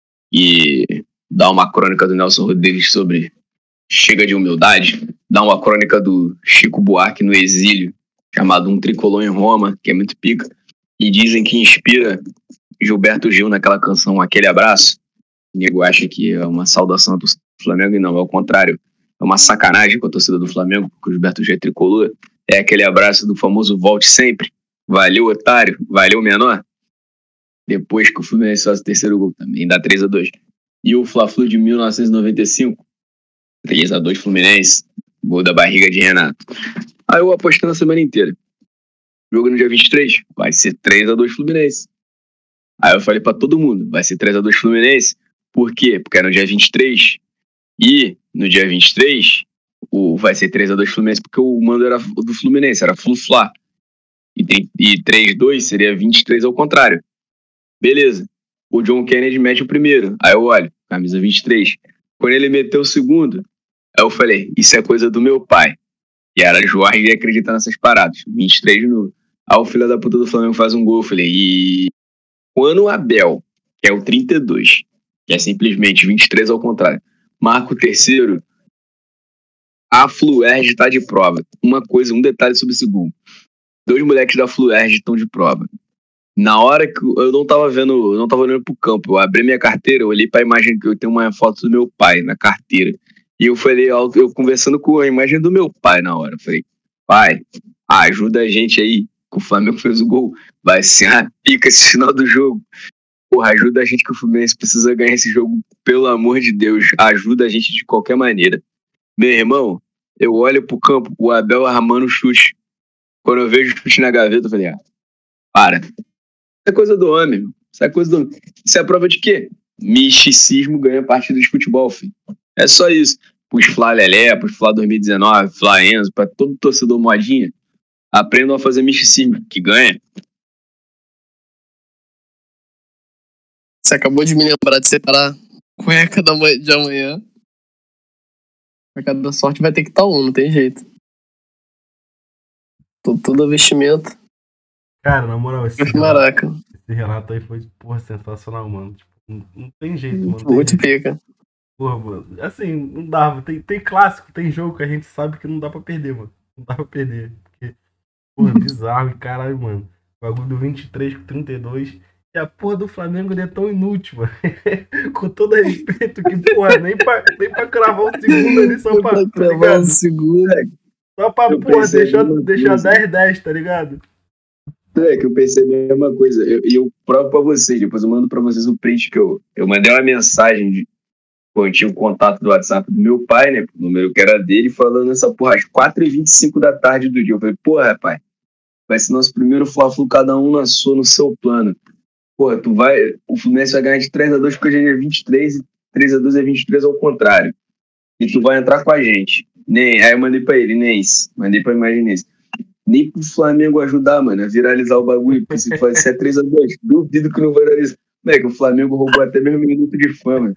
E dá uma crônica do Nelson Rodrigues sobre Chega de Humildade. Dá uma crônica do Chico Buarque no exílio, chamado Um Tricolor em Roma, que é muito pica. E dizem que inspira Gilberto Gil naquela canção Aquele Abraço. O nego acha que é uma saudação do Flamengo, e não, é o contrário. É uma sacanagem com a torcida do Flamengo, porque o Gilberto Gil é tricolor. É aquele abraço do famoso volte sempre. Valeu, otário. Valeu, menor. Depois que o Fluminense faz o terceiro gol também, dá três a dois. E o Fla-Flu de mil novecentos e noventa e cinco, três a dois Fluminense, gol da barriga de Renato. Aí eu apostei na semana inteira. Jogo no dia vinte e três, vai ser três a dois Fluminense. Aí eu falei pra todo mundo, vai ser três a dois Fluminense. Por quê? Porque era no dia vinte e três. E no dia vinte e três, o, vai ser três a dois Fluminense, porque o mando era do Fluminense, era Flu-Fla. E, e três a dois seria vinte e três ao contrário. Beleza. O John Kennedy mete o primeiro. Aí eu olho, camisa vinte e três. Quando ele meteu o segundo, aí eu falei, isso é coisa do meu pai. E era Jorge e acreditar nessas paradas. vinte e três de novo. Aí o filho da puta do Flamengo faz um gol. Eu falei, e quando o Abel, que é o trinta e dois, que é simplesmente vinte e três ao contrário, marca o terceiro, a Fluerge está de prova. Uma coisa, um detalhe sobre esse gol. Dois moleques da Fluerge estão de prova. Na hora que eu não tava vendo, eu não tava olhando pro campo, eu abri minha carteira, eu olhei pra imagem que eu tenho uma foto do meu pai na carteira. E eu falei, eu, eu conversando com a imagem do meu pai na hora. Eu falei, pai, ajuda a gente aí, que o Flamengo fez o gol. Vai ser uma pica esse final do jogo. Porra, ajuda a gente que o Fluminense precisa ganhar esse jogo, pelo amor de Deus. Ajuda a gente de qualquer maneira. Meu irmão, eu olho pro campo, o Abel armando o chute. Quando eu vejo o chute na gaveta, eu falei, ah, para. Isso é coisa do homem, meu. Isso é coisa do homem. Isso é prova de quê? Misticismo ganha partida de futebol, filho. É só isso. Pros Flá Lelé, pros Flá dois mil e dezenove, Flá Enzo, pra todo torcedor modinha, aprendam a fazer misticismo, que ganha. Você acabou de me lembrar de separar cueca da manhã, de amanhã. A cada sorte vai ter que estar um, não tem jeito. Todo, todo vestimento. Cara, na moral, esse, Maraca. relato, esse relato aí foi, porra, sensacional, mano. Tipo, não, não tem jeito, mano. Muito tem pica. Porra, mano. Assim, não dava. Tem, tem clássico, tem jogo que a gente sabe que não dá pra perder, mano. Não dá pra perder. Porque, porra, bizarro e caralho, mano. O bagulho do vinte e três com trinta e dois. E a porra do Flamengo é tão inútil, mano. Com todo respeito, que, porra, nem pra, nem pra cravar o segundo ali, só pra. Pra cravar o segundo. Só pra, eu porra, deixar, deixar dez a dez, tá ligado? É que eu percebi a mesma coisa. E eu, eu provo pra vocês, depois eu mando pra vocês o print que eu. Eu mandei uma mensagem de. Pô, eu tinha um contato do WhatsApp do meu pai, né? O número que era dele, falando essa porra, às quatro e vinte e cinco da tarde do dia. Eu falei, porra, rapaz, vai ser nosso primeiro Fla-Flu, cada um na sua, no seu plano. Porra, tu vai. O Fluminense vai ganhar de três a dois porque a gente é vinte e três e três a dois é vinte e três ao contrário. E tu vai entrar com a gente. Nem, aí eu mandei pra ele, nem isso. Mandei pra Imaginense. Nem pro Flamengo ajudar, mano, a viralizar o bagulho. Porque se for ser três a dois, duvido que não vai viralizar. Como é que o Flamengo roubou até mesmo um minuto de fama?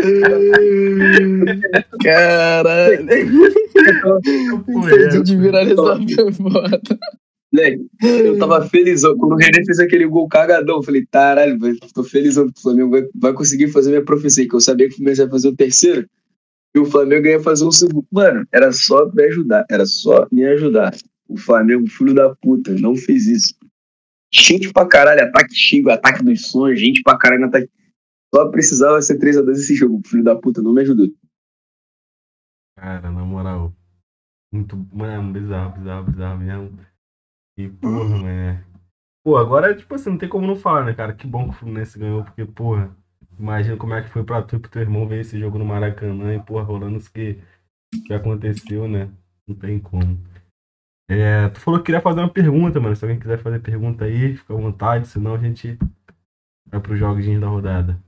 Caralho. Entendi de viralizar a foda. Eu tava felizão. Quando o René fez aquele gol cagadão, eu falei, caralho, tô felizão que o Flamengo vai, vai conseguir fazer minha profecia. Que eu sabia que o Fluminense ia fazer o terceiro. E o Flamengo ia fazer um segundo. Mano, era só me ajudar. Era só me ajudar. O Flamengo, filho da puta, não fez isso. Gente pra caralho, ataque Xingo, ataque dos sonhos, gente pra caralho no ataque. Só precisava ser três a dois esse jogo. Filho da puta, não me ajudou. Cara, na moral. Muito. Mano, bizarro, bizarro, bizarro mesmo. E porra, né? Pô, agora, tipo assim, não tem como não falar, né, cara? Que bom que o Fluminense ganhou, porque, porra, imagina como é que foi pra tu e pro teu irmão ver esse jogo no Maracanã e, porra, rolando isso que, que aconteceu, né? Não tem como. É, tu falou que queria fazer uma pergunta, mano. Se alguém quiser fazer pergunta aí, fica à vontade, senão a gente vai pros joguinhos da rodada.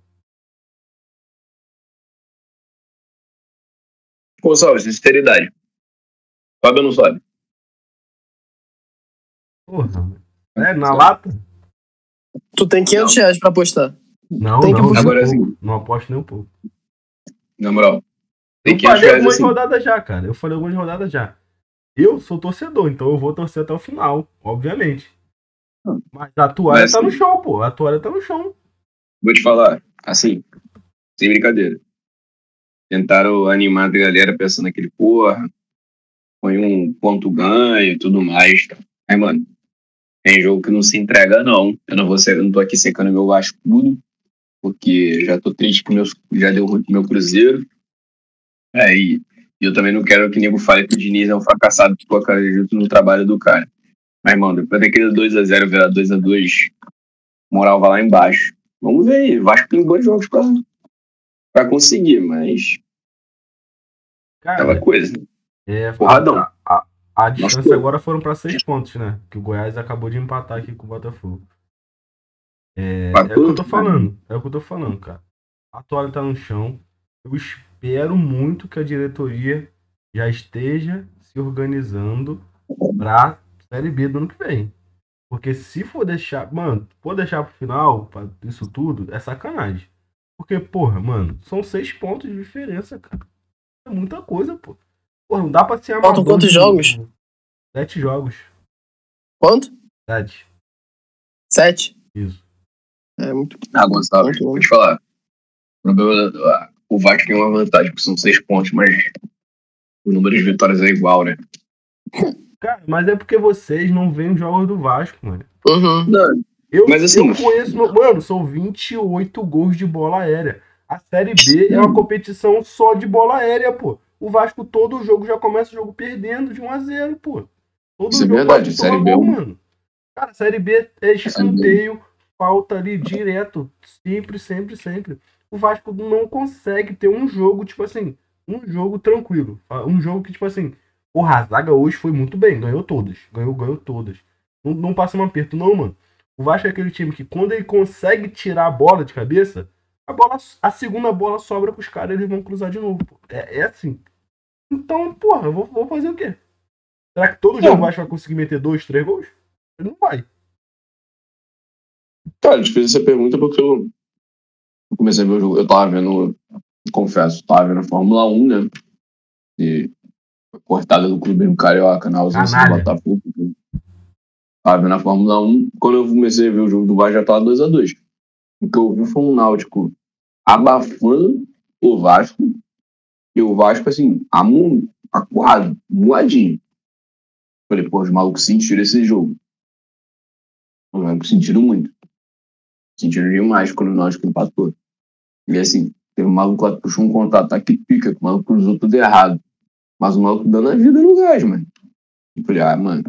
Pô, Salve, sinceridade. Sobe ou não sobe? Porra, é, na lata? Tu tem quinhentos reais pra apostar. Não, Tem que não, buscar. Agora nem um assim. pouco. Não aposto nem um pouco. Na moral. Tem Eu que falei achar algumas assim. rodadas já, cara. Eu falei algumas rodadas já. Eu sou torcedor, então eu vou torcer até o final, obviamente. Mas a toalha Mas, tá no assim, chão, pô. A toalha tá no chão. Vou te falar, assim, sem brincadeira. Tentaram animar a galera pensando naquele, porra, foi um ponto ganho e tudo mais. Aí, mano, tem jogo que não se entrega, não. Eu não vou ser, eu não tô aqui secando meu Vasco tudo, porque já tô triste que meu, já deu ruim pro meu Cruzeiro. Aí, eu também não quero que o nego fale que o Diniz é um fracassado, porque eu acredito no trabalho do cara. Mas, irmão, depois daquele dois a zero virar dois a dois, moral vai lá embaixo. Vamos ver aí. Vasco tem bons jogos pra, pra conseguir, mas aquela Cara, coisa. é, Porradão. a, a, a distância Nossa. agora foram pra seis pontos, né? Que o Goiás acabou de empatar aqui com o Botafogo. É, é o que eu tô falando. É o que eu tô falando, cara. A toalha tá no chão. Eu espero muito que a diretoria já esteja se organizando pra Série B do ano que vem. Porque se for deixar, mano, for deixar pro final, pra isso tudo, é sacanagem. Porque, porra, mano, são seis pontos de diferença, cara. É muita coisa, pô. Porra, não dá pra ser amador. Faltam quantos de- jogos? Sete jogos. Quanto? Sete. Sete? Isso. É muito. Ah, Gonçalo, muito bom. vou te falar. O problema da- o Vasco tem uma vantagem, porque são seis pontos, mas o número de vitórias é igual, né? Cara, mas é porque vocês não veem os jogos do Vasco, mano. Uhum. Não, Eu, Mas, assim- eu conheço. meu- Mano, são vinte e oito gols de bola aérea. A Série B é uma competição só de bola aérea, pô. O Vasco todo jogo já começa o jogo perdendo de um a zero, pô. Todo Isso é jogo verdade, o Vasco toma Série B é gol, um- mano. Cara, Série B é escanteio, falta ali direto. Sempre, sempre, sempre. O Vasco não consegue ter um jogo, tipo assim, um jogo tranquilo. Um jogo que, tipo assim, porra, a zaga hoje foi muito bem, ganhou todas. Ganhou, ganhou todas. Não, não passa um aperto, não, mano. O Vasco é aquele time que, quando ele consegue tirar a bola de cabeça, a, bola, a segunda bola sobra pros caras e eles vão cruzar de novo. Pô. É, é assim. Então, porra, eu vou, vou fazer o quê? Será que todo jogo o Vasco vai conseguir meter dois, três gols? Ele não vai. Cara, eu te fiz essa pergunta porque eu eu comecei a ver o jogo. Eu tava vendo, confesso, tava vendo a Fórmula um, né? E foi cortada do Clube do Carioca na ausência do Canalha. Botafogo. Tava vendo a Fórmula um. Quando eu comecei a ver o jogo do Vasco, já tava dois a dois. O que eu vi foi um Náutico abafando o Vasco. E o Vasco, assim, amu, acuado, moadinho. Falei, pô, os malucos sentiram esse jogo. Os malucos sentiram muito. Sentiram demais quando o Náutico empatou. E assim, teve um maluco lá que puxou um contra-ataque pica, que o maluco cruzou tudo errado. Mas o maluco dando a vida no gás, mano. Eu falei, ah, mano.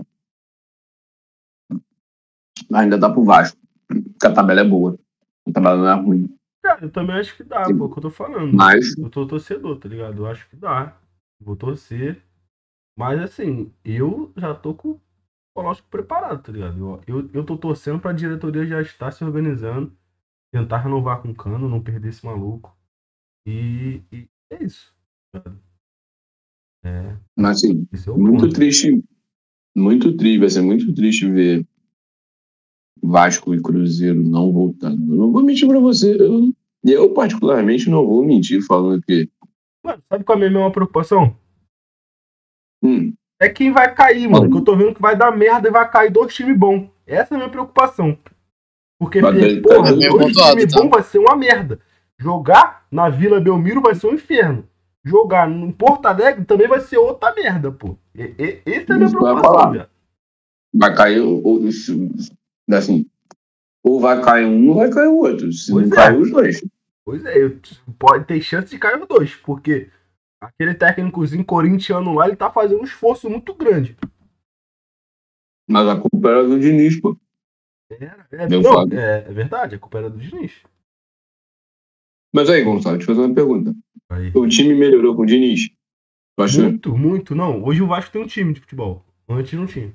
Ainda dá pro Vasco. Porque a tabela é boa. A tabela não é ruim. Cara, eu também acho que dá, pô, é o que eu tô falando. Mas, Eu tô torcedor, tá ligado? Eu acho que dá. Vou torcer. Mas assim, eu já tô com o psicológico preparado, tá ligado? Eu, eu, eu tô torcendo pra diretoria já estar se organizando, tentar renovar com o Cano, não perder esse maluco. E, e é isso. tá ligado? É, mas assim, esse é o muito ponto. triste. Muito triste. Vai ser muito triste ver Vasco e Cruzeiro não voltando. Eu não vou mentir pra você. Eu, eu particularmente, não vou mentir falando que. Mano, sabe qual é a minha maior preocupação? Hum, É quem vai cair, mano. Que eu tô vendo que vai dar merda e vai cair dois times bons. Essa é a minha preocupação. Porque, Vai é, dar- porra, vai dar- dois pontuado, times tá? bons vai ser uma merda. Jogar na Vila Belmiro vai ser um inferno. jogar no Porto Alegre também vai ser outra merda, pô. E, e, esse é a minha Isso que eu ia preocupação, falar. velho. Vai cair, ou, assim, ou vai cair um ou vai cair o outro. Se Pois não é. cair os dois. Pois é, eu- pode ter chance de cair os dois, porque aquele técnicozinho corintiano lá, ele tá fazendo um esforço muito grande. Mas a culpa era do Diniz, pô. É, é, Deu não, foda. é, é verdade, a culpa era do Diniz. Mas aí, Gonçalo, deixa eu fazer uma pergunta. Aí. O time melhorou com o Diniz? Tu achou? Muito, muito. Não, hoje o Vasco tem um time de futebol. Antes não tinha.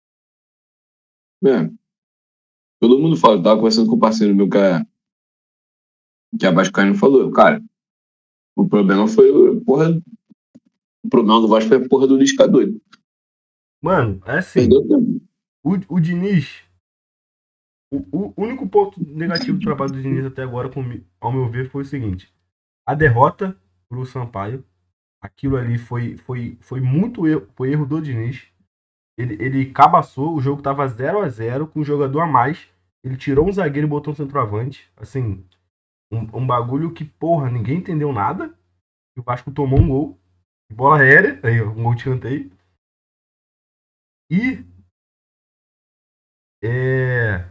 É. Todo mundo fala, eu tava conversando com um parceiro meu que é, que é vascaíno, falou, cara, o problema foi, porra, o problema do Vasco foi a porra do Lisca doido. Mano, é assim, Perdeu tempo. o, o Diniz, o, o único ponto negativo do trabalho do Diniz até agora, comi- ao meu ver, foi o seguinte. A derrota pro Sampaio, aquilo ali foi, foi, foi muito erro, foi erro do Diniz. Ele, ele cabaçou, o jogo tava zero a zero com um jogador a mais. Ele tirou um zagueiro e botou um centroavante. Assim, um, um bagulho que, porra, ninguém entendeu nada. O Vasco tomou um gol. Bola aérea, aí, um gol de canteio. E. É.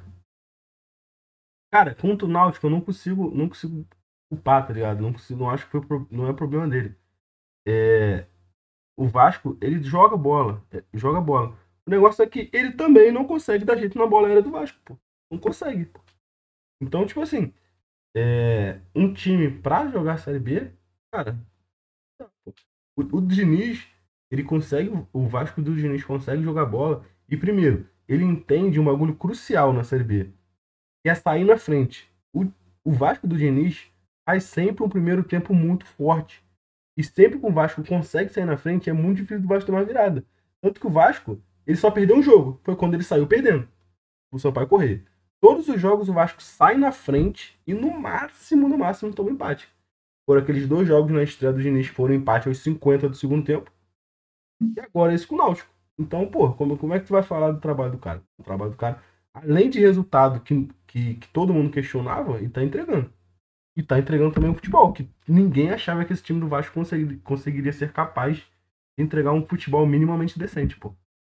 Cara, contra o Náutico eu não consigo, não consigo culpar, tá ligado? Não consigo, não acho que foi, pro- não é problema dele. É, o Vasco, ele joga bola, é, joga bola. O negócio é que ele também não consegue dar jeito na bola aérea do Vasco, pô. Não consegue, pô. Então, tipo assim, é, um time pra jogar a Série B, cara, pô. O, o Diniz, ele consegue, o Vasco do Diniz consegue jogar bola. E primeiro, ele entende um bagulho crucial na Série B, que é sair na frente. O, o Vasco do Diniz faz sempre um primeiro tempo muito forte. E sempre que o Vasco consegue sair na frente, é muito difícil do Vasco ter uma virada. Tanto que o Vasco, ele só perdeu um jogo. Foi quando ele saiu perdendo. O Sampaio correr. Todos os jogos o Vasco sai na frente e no máximo, no máximo, toma empate. Foram aqueles dois jogos na estreia do Diniz que foram empate aos cinquenta do segundo tempo. E agora esse com o Náutico. Então, pô, como, como é que tu vai falar do trabalho do cara? O trabalho do cara, além de resultado que, que, que todo mundo questionava, ele tá entregando. E tá entregando também o futebol, que ninguém achava que esse time do Vasco consegui, conseguiria ser capaz de entregar um futebol minimamente decente, pô.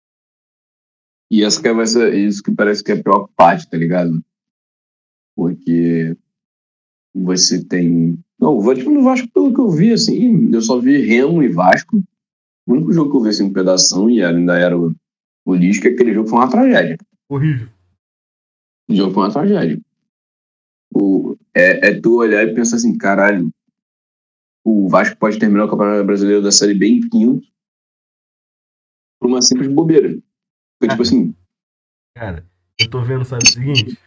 E essa que vai ser, isso que parece que é a pior parte, tá ligado? Porque você tem... Não, o time do Vasco, pelo que eu vi, assim, eu só vi Remo e Vasco. O único jogo que eu vi, assim, um pedação, e ainda era o, o Lisca, aquele jogo foi uma tragédia. Horrível. O jogo foi uma tragédia. O, é, é tu olhar e pensar assim, caralho, o Vasco pode terminar o Campeonato Brasileiro da Série B em quinto por uma simples bobeira. Porque, tipo assim... Cara, eu tô vendo, sabe o seguinte?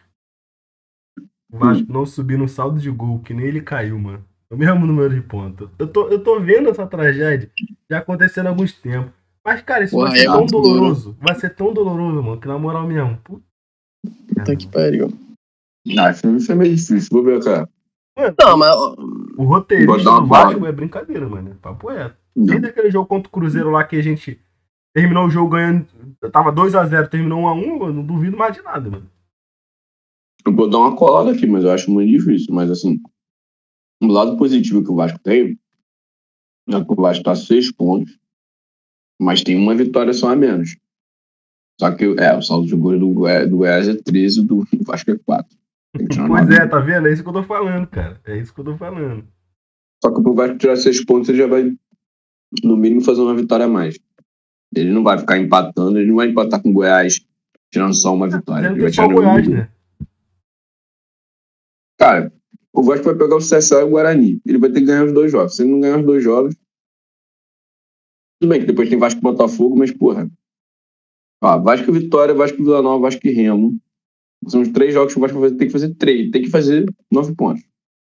O Vasco não subir no saldo de gol, que nem ele caiu, mano. É o mesmo número de pontos. Eu tô, eu tô vendo essa tragédia já acontecendo há alguns tempos. Mas, cara, isso Porra, vai ser é tão muito doloroso. Vai ser tão doloroso, mano, que na moral mesmo. Puta, Puta que pariu. Ah, isso é meio difícil, vou ver, cara. mano, Não, mas. o roteirista Botar uma do Vasco bala. é brincadeira, mano. Papo reto. Não. Desde aquele jogo contra o Cruzeiro lá que a gente terminou o jogo ganhando. Tava dois a zero, terminou um a um, eu não duvido mais de nada, mano. Eu vou dar uma colada aqui, mas eu acho muito difícil. Mas, assim, o lado positivo que o Vasco tem é que o Vasco tá seis pontos, mas tem uma vitória só a menos. Só que, é, o saldo de gols do, Goi- do Goiás é treze, do Vasco é quatro. Tem que tirar Pois nove. é, tá vendo? É isso que eu tô falando, cara. É isso que eu tô falando. Só que pro Vasco tirar seis pontos, ele já vai, no mínimo, fazer uma vitória a mais. Ele não vai ficar empatando, ele não vai empatar com o Goiás tirando só uma vitória. Não Ele vai tem só tirar o Goiás, nenhum. né? Cara, o Vasco vai pegar o C S A e o Guarani. Ele vai ter que ganhar os dois jogos. Se ele não ganhar os dois jogos, tudo bem que depois tem Vasco e Botafogo, mas, porra. Ó, Vasco e Vitória, Vasco e Vila Nova, Vasco e Remo. São os três jogos que o Vasco vai ter que fazer três. Tem que fazer nove pontos.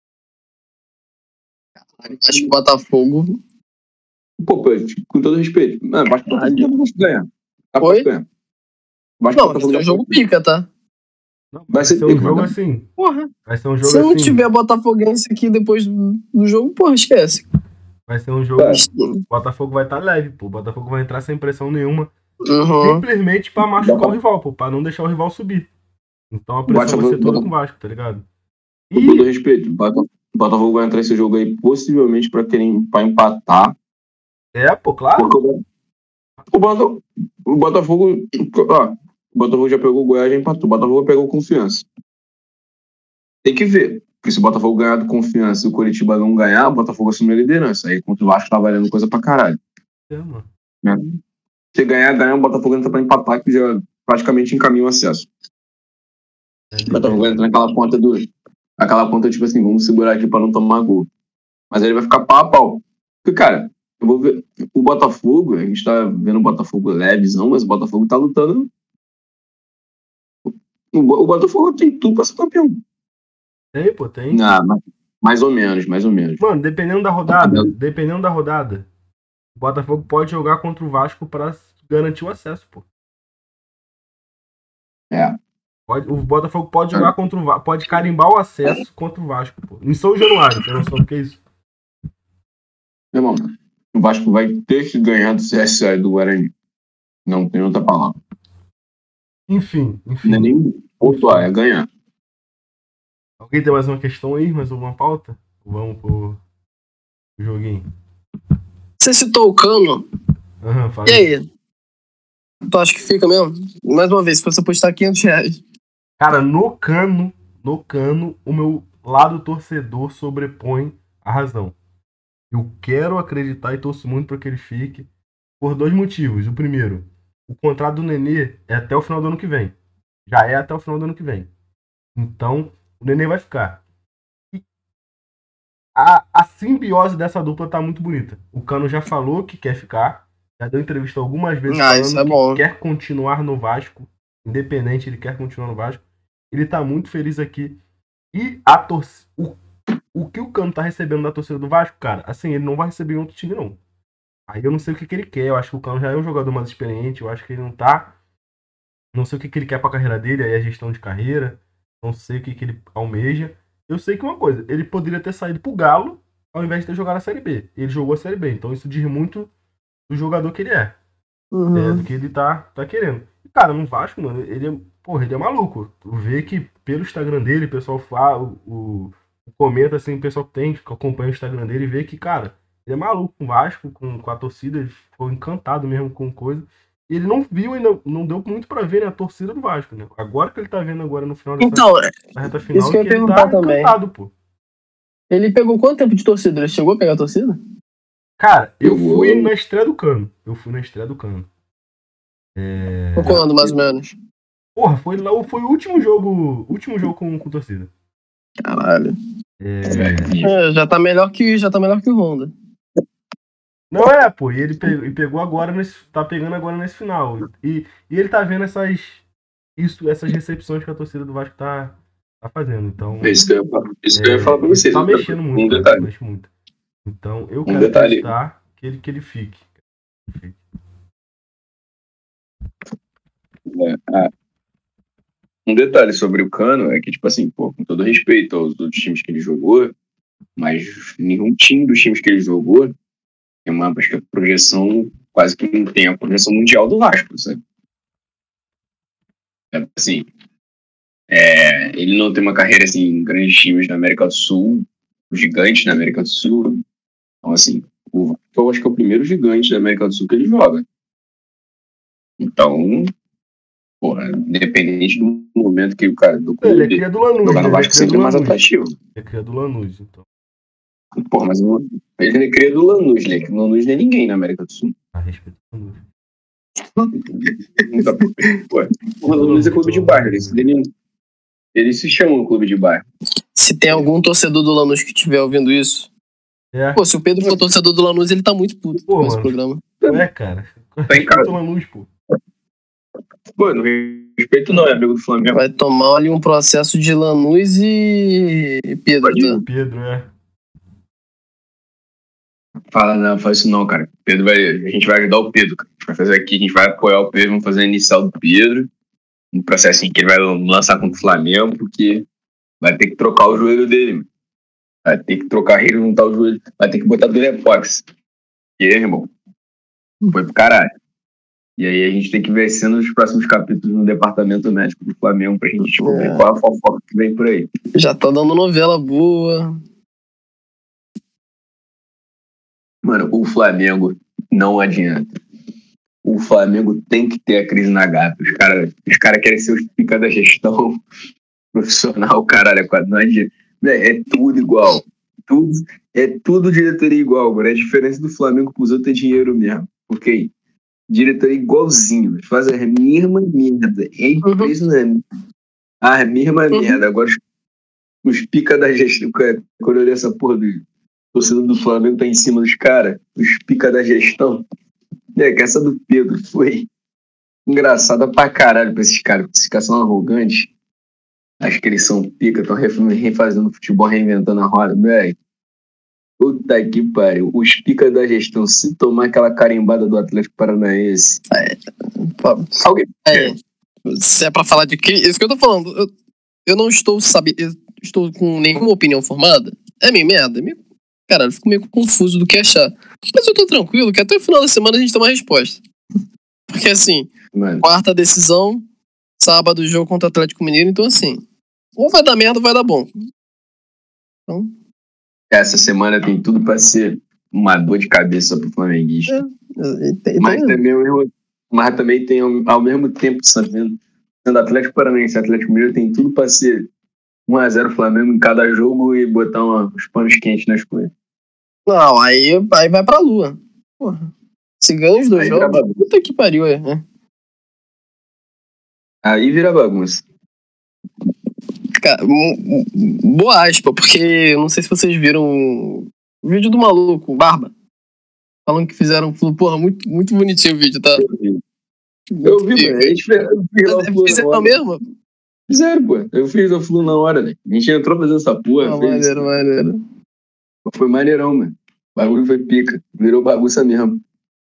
Acho que o Botafogo. Pô, pô, com todo respeito. Não, Vasco e Botafogo, o Vasco ganha. Tá, Oi? Vasco ganha. Vasco e Não, vai Botafogo ser um já jogo pica, tá? Não, Vai vai ser ser um pico, jogo mas- assim. Porra. Vai ser um jogo Se não assim. tiver Botafoguense aqui depois do, do jogo, porra, esquece. Vai ser um jogo. É. O Botafogo vai estar leve, pô. O Botafogo vai entrar sem pressão nenhuma. Uhum. Simplesmente pra machucar Bota- o rival, pô. Pra não deixar o rival subir. Então a Bota- pressão vai ser toda bota- com o Vasco, tá ligado? Com todo E respeito, Bota- o Botafogo vai entrar esse jogo aí possivelmente para querer pra empatar. É, pô, claro. Porque o, o, Botafogo, o Botafogo. Ó, o Botafogo já pegou o Goiás e já empatou. O Botafogo pegou Confiança. Tem que ver. Porque se o Botafogo ganhar do Confiança e o Coritiba não ganhar, o Botafogo assume a liderança. Aí contra o Vasco tá valendo coisa pra caralho. É, mano. Né? Se ganhar, ganhar, o Botafogo entra pra empatar, que já praticamente encaminha o acesso. É, O Botafogo entra naquela ponta do. Aquela ponta, tipo assim, vamos segurar aqui pra não tomar gol. Mas ele vai ficar pau a pau. Porque, cara, eu vou ver. O Botafogo, a gente tá vendo o Botafogo levezão, mas o Botafogo tá lutando. O, o Botafogo tem tudo pra ser campeão. Tem, pô, tem. Ah, mas mais ou menos, mais ou menos. Mano, dependendo da rodada, dependendo da rodada, o Botafogo pode jogar contra o Vasco pra garantir o acesso, pô. É. Pode, o Botafogo pode jogar contra o Vasco, pode carimbar o acesso contra o Vasco, pô. Em São Januário, tem noção do que é isso? Meu irmão, o Vasco vai ter que ganhar do C S A e do Guarani. Não tem outra palavra. Enfim, enfim. Não é nem pontuar, é ganhar. Alguém tem mais uma questão aí? Mais alguma pauta? Vamos pro, pro joguinho. Você citou o Cano. Uhum, fala E aí? Tu acha que fica mesmo? Mais uma vez, se você postar quinhentos reais. Cara, no Cano, no Cano, o meu lado torcedor sobrepõe a razão. Eu quero acreditar e torço muito para que ele fique por dois motivos. O primeiro, o contrato do Nenê é até o final do ano que vem. Já é até o final do ano que vem. Então, o Nenê vai ficar. E a, a simbiose dessa dupla tá muito bonita. O Cano já falou que quer ficar. Já deu entrevista algumas vezes Ah, isso falando é bom. que quer continuar no Vasco. Independente, ele quer continuar no Vasco. Ele tá muito feliz aqui. E a torcida, o, o que o Cano tá recebendo da torcida do Vasco, cara, assim, ele não vai receber em outro time, não. Aí eu não sei o que, que ele quer. Eu acho que o Cano já é um jogador mais experiente. Eu acho que ele não tá. Não sei o que, que ele quer pra carreira dele. Aí é gestão de carreira. Não sei o que, que ele almeja. Eu sei que uma coisa, ele poderia ter saído pro Galo ao invés de ter jogado a Série B. Ele jogou a Série B. Então isso diz muito do jogador que ele é. Uhum. É, do que ele tá, tá querendo. E, cara, no Vasco, mano, ele é, porra, ele é maluco. Tu vê que pelo Instagram dele, o pessoal fala, o, o comenta assim, o pessoal que tem, que acompanha o Instagram dele, vê que, cara, ele é maluco com o Vasco, com, com a torcida, ele ficou encantado mesmo com coisa. E ele não viu ainda, não deu muito pra ver, né, a torcida do Vasco, né? Agora que ele tá vendo agora no final dessa Então, na reta final, isso que eu ia ele perguntar tá também. encantado, pô. Ele pegou quanto tempo de torcida? Ele chegou a pegar a torcida? Cara, eu Eu fui vou- na estreia do Cano. Eu fui na estreia do Cano. É... Ou quando, mais ou menos? Porra, foi, lá, foi o último jogo, último jogo com, com torcida. Caralho. É... É, já tá melhor que, já tá melhor que o Honda. Não é, pô, e ele pegou, e pegou agora, nesse, tá pegando agora nesse final. E, e ele tá vendo essas, isso, essas recepções que a torcida do Vasco tá, tá fazendo. Então, É isso que eu ia falar, isso é, que eu ia falar pra ele vocês. tá Um mexendo muito, cara, detalhe. mexe muito. Então, eu Um quero detalhe. acreditar que ele, que ele fique. Que ele fique. É, ah, um detalhe sobre o Cano é que, tipo assim, pô, com todo respeito aos outros times que ele jogou, mas nenhum time dos times que ele jogou tem uma acho que a projeção, quase que não tem a projeção mundial do Vasco, sabe? É, assim, é, ele não tem uma carreira assim, em grandes times na América do Sul, gigantes na América do Sul. Então, assim, o Vasco eu acho que é o primeiro gigante da América do Sul que ele joga. Então, porra, independente do momento que o cara do Ele é clube cria do Lanús, jogar né? no Ele é Vasco cria sempre do é mais Lanús. atrativo. Ele é cria do Lanús, então. Porra, mas não- ele é cria do Lanús, né? Que o Lanús não é ninguém na América do Sul. A respeito do Lanús. Não dá pra- Pô, o Lanús é clube de bairro. Ele, ele, ele se chama um clube de bairro. Se tem algum torcedor do Lanús que estiver ouvindo isso. É. Pô, se o Pedro for torcedor do Lanús, ele tá muito puto Pô, com esse mano. programa. Ué, cara. Tá em casa. Respeita o Lanús, pô. Pô, não respeito não, é amigo do Flamengo. Vai tomar ali um processo de Lanús e e Pedro, Pode ir. tá? Pedro, é. Fala, não, faz isso não, cara. Pedro vai, a gente vai ajudar o Pedro, cara. A gente vai fazer aqui, a gente vai apoiar o Pedro, vamos fazer a inicial do Pedro. Um processo que ele vai lançar contra o Flamengo, porque vai ter que trocar o joelho dele, mano. Vai ter que trocar a rede, juntar o joelho. Vai ter que botar do Lepox. E aí, irmão? Foi pro caralho. E aí a gente tem que ver sendo os próximos capítulos no departamento médico do Flamengo pra gente descobrir É. qual a fofoca que vem por aí. Já tá dando novela boa. Mano, o Flamengo não adianta. O Flamengo tem que ter a crise na Gávea. Os caras os cara querem ser os pica da gestão profissional, caralho. Não adianta. É tudo igual. Tudo, é tudo diretoria igual, mano. A diferença do Flamengo pros outros é dinheiro mesmo. Porque diretoria igualzinho. Faz a mesma merda. É impressionante. A mesma uhum. merda. Agora os, os pica da gestão. Quando eu olhei essa porra do torcedor do Flamengo tá em cima dos caras. Os pica da gestão. É, que essa do Pedro foi engraçada pra caralho pra esses caras. Esses caras são arrogantes. Acho que eles são pica, estão refazendo futebol, reinventando a roda, velho. Puta que pariu. Os pica da gestão, se tomar aquela carimbada do Atlético Paranaense. É, alguém. É, se é pra falar de crise, isso que eu tô falando. Eu, eu não estou sabendo. Eu estou com nenhuma opinião formada. É meio merda. É meio, cara, eu fico meio confuso do que achar. Mas eu tô tranquilo que até o final da semana a gente tem uma resposta. Porque assim, Mano. quarta decisão, sábado jogo contra o Atlético Mineiro, então assim. Ou vai dar merda ou vai dar bom. Então... Essa semana tem tudo pra ser uma dor de cabeça pro flamenguista. É, tem, mas, tem... Também, mas também tem, ao mesmo tempo, sabendo, sendo Atlético Paranaense e Atlético Mineiro, tem tudo pra ser um a zero Flamengo em cada jogo e botar uma, os panos quentes nas coisas. Não, aí, aí vai pra lua. Porra. Se ganha os dois aí jogos, puta que pariu, é. Aí vira bagunça. Cara, boa aspa, porque eu não sei se vocês viram o vídeo do maluco, Barba, falando que fizeram, porra, muito, muito bonitinho o vídeo, tá? Eu vi, eu vi, mano, a gente fez, fizeram mesmo? Fizeram, pô, eu fiz o flu na hora, né? A gente entrou fazendo essa porra. Ah, maneiro, maneiro. Foi maneirão, mano, o bagulho foi pica, virou bagunça mesmo.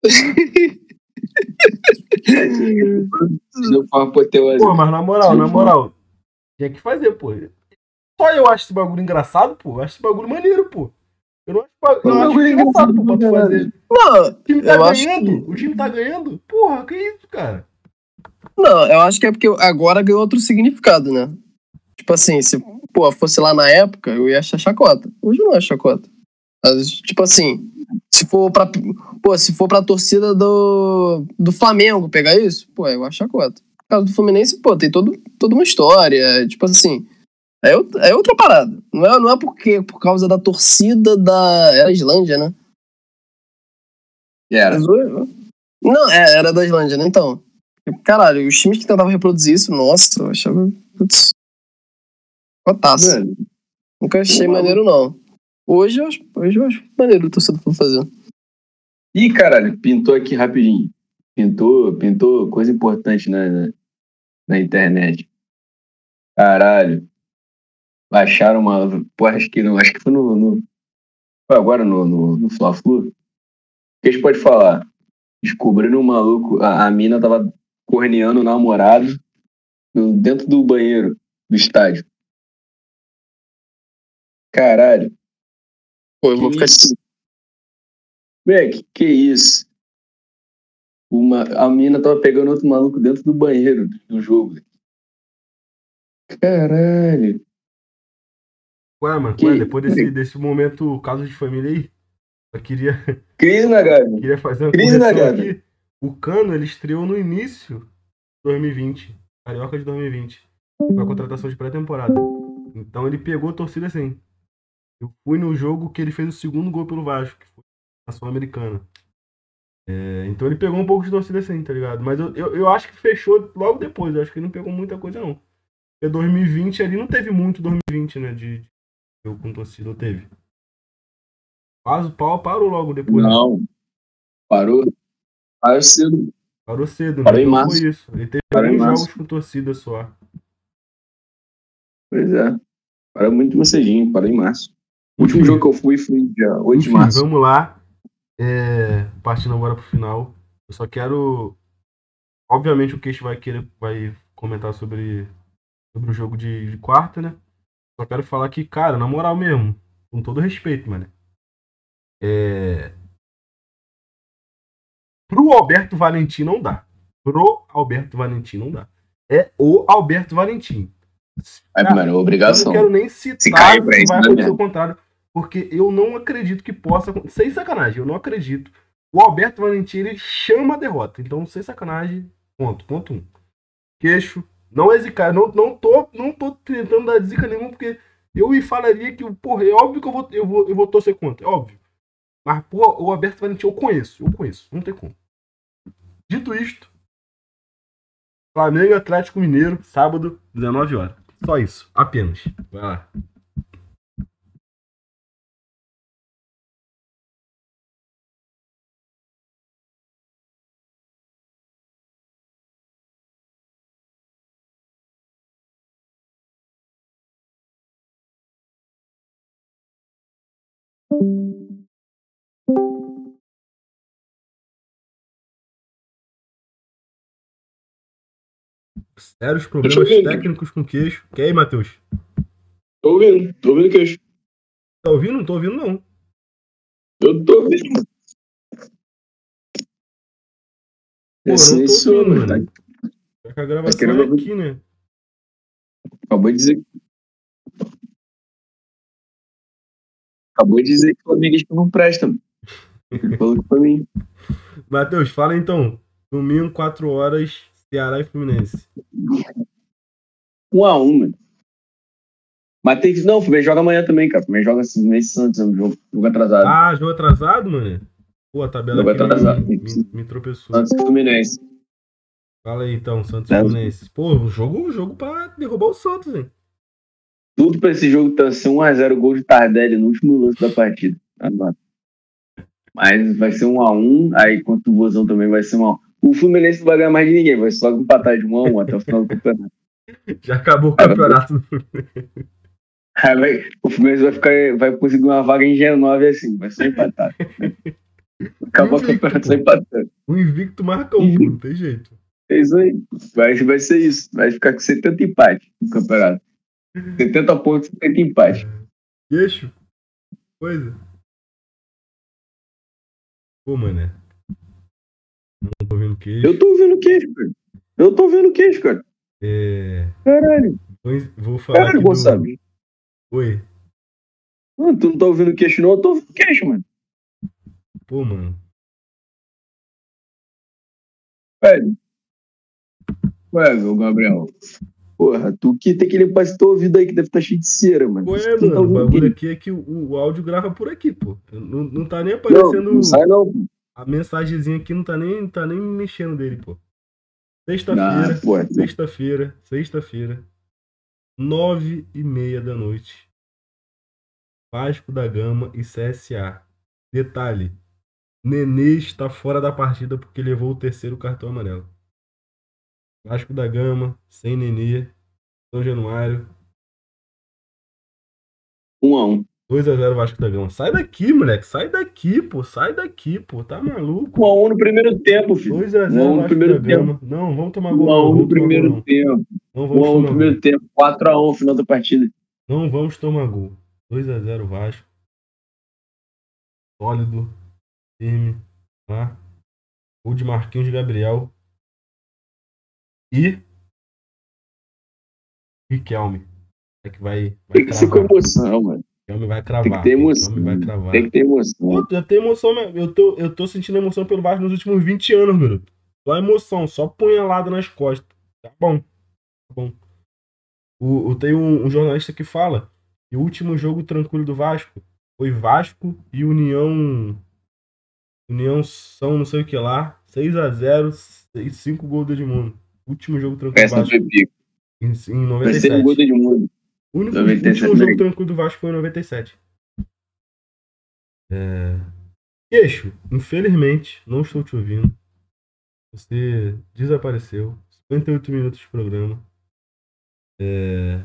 Pô, mas na moral, na moral, tinha que fazer, pô. Só eu acho esse bagulho engraçado, pô. Eu acho esse bagulho maneiro, pô. Eu não acho, eu não acho engraçado, pô, pra tu fazer. Não, o time tá eu ganhando. Acho que... O time tá ganhando. Porra, que isso, cara? Não, eu acho que é porque agora ganhou outro significado, né? Tipo assim, se pô, fosse lá na época, eu ia achar chacota. Hoje eu não acho chacota. Mas, tipo assim, se for pra, pô, se for pra torcida do, do Flamengo pegar isso, pô, eu acho chacota. No caso do Fluminense, pô, tem todo, toda uma história, tipo assim, é, é outra parada. Não é, não é porque, por causa da torcida da... Era Islândia, né? Era. Não, é, era da Islândia, né? Então, caralho, os times que tentavam reproduzir isso, nossa, eu achava... Putz, cotaço. Mano, nunca achei Pô, maneiro, não. Hoje eu acho, hoje eu acho maneiro o torcedor for fazer. Ih, caralho, pintou aqui rapidinho. Pintou, pintou coisa importante na, na, na internet. Caralho. Baixaram uma... Pô, acho que, não, acho que foi no... no foi agora no, no, no Fla-Flu. O que a gente pode falar? Descobriram um maluco... A, a mina tava corneando o namorado dentro do banheiro do estádio. Caralho. Pô, eu vou ficar... Moleque, que isso? Uma, a mina tava pegando outro maluco dentro do banheiro do jogo. Caralho. Ué, mano, que... ué, depois desse, desse momento, caso de família aí, eu queria... Crise na Gávea. Queria fazer uma Crise na Gávea. Aqui. O Cano, ele estreou no início de dois mil e vinte. Carioca de dois mil e vinte. Foi a contratação de pré-temporada. Então ele pegou a torcida assim. Eu fui no jogo que ele fez o segundo gol pelo Vasco, que foi a Sul-Americana. É, então ele pegou um pouco de torcida assim, tá ligado? Mas eu, eu, eu acho que fechou logo depois. Eu acho que ele não pegou muita coisa, não. Porque dois mil e vinte ali não teve muito dois mil e vinte, né? De, de jogo com torcida, ou teve? Quase o pau parou logo depois. Não. Né? Parou. Parou cedo. Parou cedo, Parou né? em Então março. foi isso. Ele teve Parou alguns jogos com torcida só. Pois é. Parou muito mais cedinho. Parou em março. O último jogo que eu fui foi dia oito de março. Vamos lá. É, partindo agora pro final. Eu só quero... Obviamente o Queixo vai querer vai comentar sobre, sobre o jogo de, de quarta, né? Só quero falar que, cara, na moral mesmo, com todo respeito, mano. É... Pro Alberto Valentim não dá. Pro Alberto Valentim não dá. É o Alberto Valentim. Ai, cara, mano, obrigação. Eu não quero nem citar se cair pra que isso, vai acontecer o contrário. Porque eu não acredito que possa. Sem sacanagem, eu não acredito. O Alberto Valentim, ele chama a derrota. Então, sem sacanagem, ponto. Ponto um. Queixo. Não é zicar. Não, não, tô, não tô tentando dar zica nenhuma, porque eu falaria que, porra, é óbvio que eu vou, eu vou, eu vou torcer contra. É óbvio. Mas, pô, o Alberto Valentim eu conheço. Eu conheço. Não tem como. Dito isto, Flamengo e Atlético Mineiro, sábado, dezenove horas. Só isso. Apenas. Vai lá. Sérios problemas técnicos com queixo. Que aí, Matheus? Tô ouvindo, tô ouvindo queixo. Tá ouvindo? Não tô ouvindo, não. Eu tô ouvindo. Pô, Esse, não tô esse ouvindo, homem, mano. tá? Tá a gravação é aqui, né? Acabou de dizer. Acabou de dizer que o flamenguista não presta, mano. Ele falou que pra mim. Matheus, fala então. Domingo, quatro horas, Ceará e Fluminense. Um a um, mano. Mas tem que. Não, o Fluminense joga amanhã também, cara. O Fluminense joga assim, Fluminense Santos, é um jogo, jogo atrasado. Ah, jogo atrasado, mano? Pô, a tabela Jogo aqui atrasado. me, me, me tropeçou. Santos e Fluminense. Fala aí então, Santos e É. Fluminense. Pô, o jogo, o jogo pra derrubar o Santos, hein? Tudo pra esse jogo tá ser um a zero, gol de Tardelli no último lance da partida. Mas vai ser um a um, aí quanto o Vozão também vai ser um a um. O Fluminense não vai ganhar mais de ninguém, vai só empatar de um a um até o final do campeonato. Já acabou o campeonato do Fluminense. Aí vai, o Fluminense vai, ficar, vai conseguir uma vaga em G nove assim, vai só empatar. Acabou o campeonato só empatando. O invicto marca um, pô, não tem jeito. É isso aí. Vai, vai ser isso. Vai ficar com setenta empates no campeonato. setenta pontos, setenta empates. Queixo? Coisa. Pô, mané. Não tô ouvindo queixo. Eu tô ouvindo queixo, cara. Eu tô ouvindo queixo, cara. É... Caralho. Vou, vou falar Caralho, aqui Gonçalo. do... Oi. Mano, tu não tá ouvindo queixo, não? Eu tô ouvindo queixo, mano. Pô, mano. Velho. Ué, meu Gabriel. Porra, tu que tem que limpar esse teu ouvido aí, que deve estar cheio de cera, mano. Ué, Tu mano, tá o bagulho queixo. aqui é que o, o áudio grava por aqui, pô. Não, não tá nem aparecendo... Não, não sai não. A mensagenzinha aqui não tá nem, tá nem mexendo dele, pô. Ah, Sexta-feira, pô. sexta-feira, sexta-feira, nove e meia da noite. Vasco da Gama e C S A. Detalhe, Nenê está fora da partida porque levou o terceiro cartão amarelo. Vasco da Gama, sem Nenê, São Januário. Um a um. dois a zero Vasco da Gama. Sai daqui, moleque. Sai daqui, pô. Sai daqui, pô. Tá maluco? Um a um no primeiro tempo, filho. dois a Um a zero um no Vasco da primeiro tempo. Gama. Não, vamos tomar gol Um a não. um no Vamos tomar gol primeiro não. tempo. Não Um vamos a um no tomar gol. primeiro tempo. quatro a um no final da partida. Não vamos tomar gol. dois a zero Vasco. Sólido. Firme. Tá? Gol de Marquinhos Gabriel. E Riquelme. É que vai, vai Tem que ser com cravar. emoção, mano. Riquelme vai cravar. Tem que ter emoção. Riquelme vai cravar. Tem que ter emoção. Pô, eu tenho emoção, mesmo. eu tô, eu tô sentindo emoção pelo Vasco nos últimos vinte anos, meu. Só emoção, só punhalada nas costas. Tá bom. Tá bom. O, o, tem um, um jornalista que fala que o último jogo tranquilo do Vasco foi Vasco e União. União São não sei o que lá. seis a zero e cinco gols do Edmundo. Último jogo tranquilo do Essa Vasco. foi pico. Em, em Vai ser noventa e um sete. gol do Edmundo. O único, noventa e sete, último jogo né? tranquilo do Vasco foi em noventa e sete. É... Queixo, infelizmente, não estou te ouvindo. Você desapareceu. cinquenta e oito minutos de programa. É...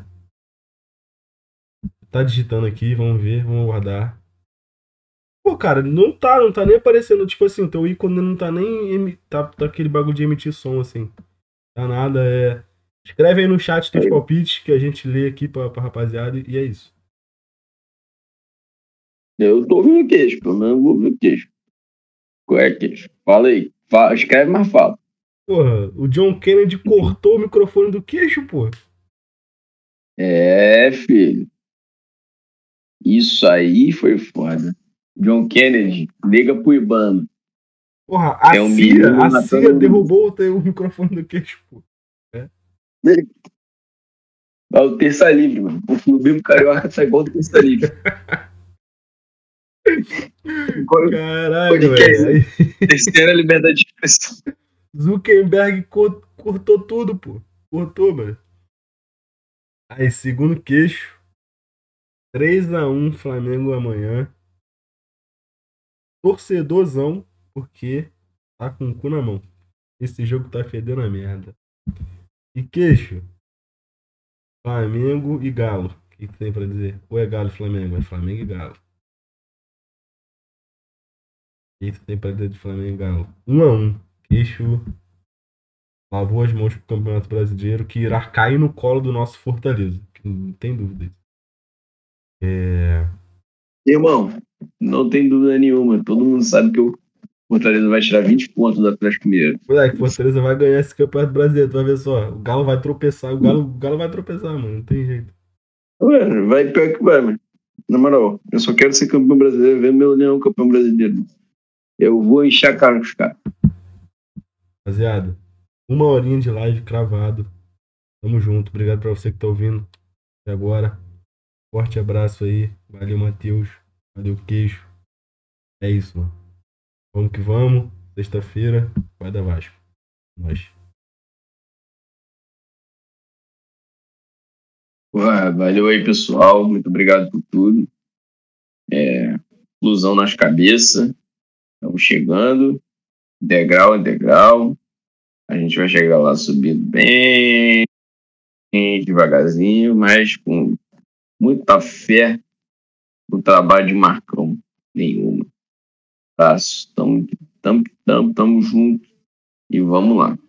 Tá digitando aqui, vamos ver, vamos aguardar. Pô, cara, não tá, não tá nem aparecendo. Tipo assim, o teu ícone não tá nem. emi- Tá, tá aquele bagulho de emitir som, assim. Tá nada, é. Escreve aí no chat teus palpites que a gente lê aqui pra, pra rapaziada e é isso. Eu tô ouvindo queixo, pelo menos eu vou ouvir queixo. Qual é queixo? Fala aí. Fala, escreve, mas fala. Porra, o John Kennedy cortou o microfone do queixo, pô. É, filho. Isso aí foi foda. John Kennedy, liga pro Ibano. Porra, a É um Cia, menino a matando Cia um- derrubou o, o microfone do queixo, pô. É o Terça Livre, mano. O clubismo carioca tá igual o Terça Livre. Qual- Caralho, que é velho. Aí, Terceira liberdade de expressão. Zuckerberg co- cortou tudo, pô. Cortou, mano. Aí, segundo queixo. três a um Flamengo amanhã. Torcedorzão, porque tá com o cu na mão. Esse jogo tá fedendo a merda. E queixo. Flamengo e Galo. O que, que tem pra dizer? Ou é Galo e Flamengo? É Flamengo e Galo. O que, que tem pra dizer de Flamengo e Galo? um a um Queixo lavou as mãos pro Campeonato Brasileiro, que irá cair no colo do nosso Fortaleza. Que não tem dúvida. É... Irmão, não tem dúvida nenhuma. Todo mundo sabe que o Fortaleza vai tirar vinte pontos do Atlético Mineiro. Moleque, Fortaleza vai ganhar esse Campeonato Brasileiro, tu vai ver só. O Galo vai tropeçar, o Galo, o Galo vai tropeçar, mano. Não tem jeito. Ué, vai pior que vai, mano. Na moral, eu só quero ser campeão brasileiro, ver meu leão campeão brasileiro. Eu vou encher a cara com os caras. Rapaziada, uma horinha de live cravado. Tamo junto. Obrigado pra você que tá ouvindo até agora. Forte abraço aí. Valeu, Matheus. Valeu, Queixo. É isso, mano. Vamos que vamos. Sexta-feira, vai dar Vasco. Nós. Ué, valeu aí, pessoal. Muito obrigado por tudo. É, ilusão nas cabeças. Estamos chegando. Degrau a degrau. A gente vai chegar lá subindo bem devagarzinho, mas com muita fé no trabalho de Marcão. Nenhuma. Abraço. Tamo, tamo, tamo, tamo junto. E vamos lá.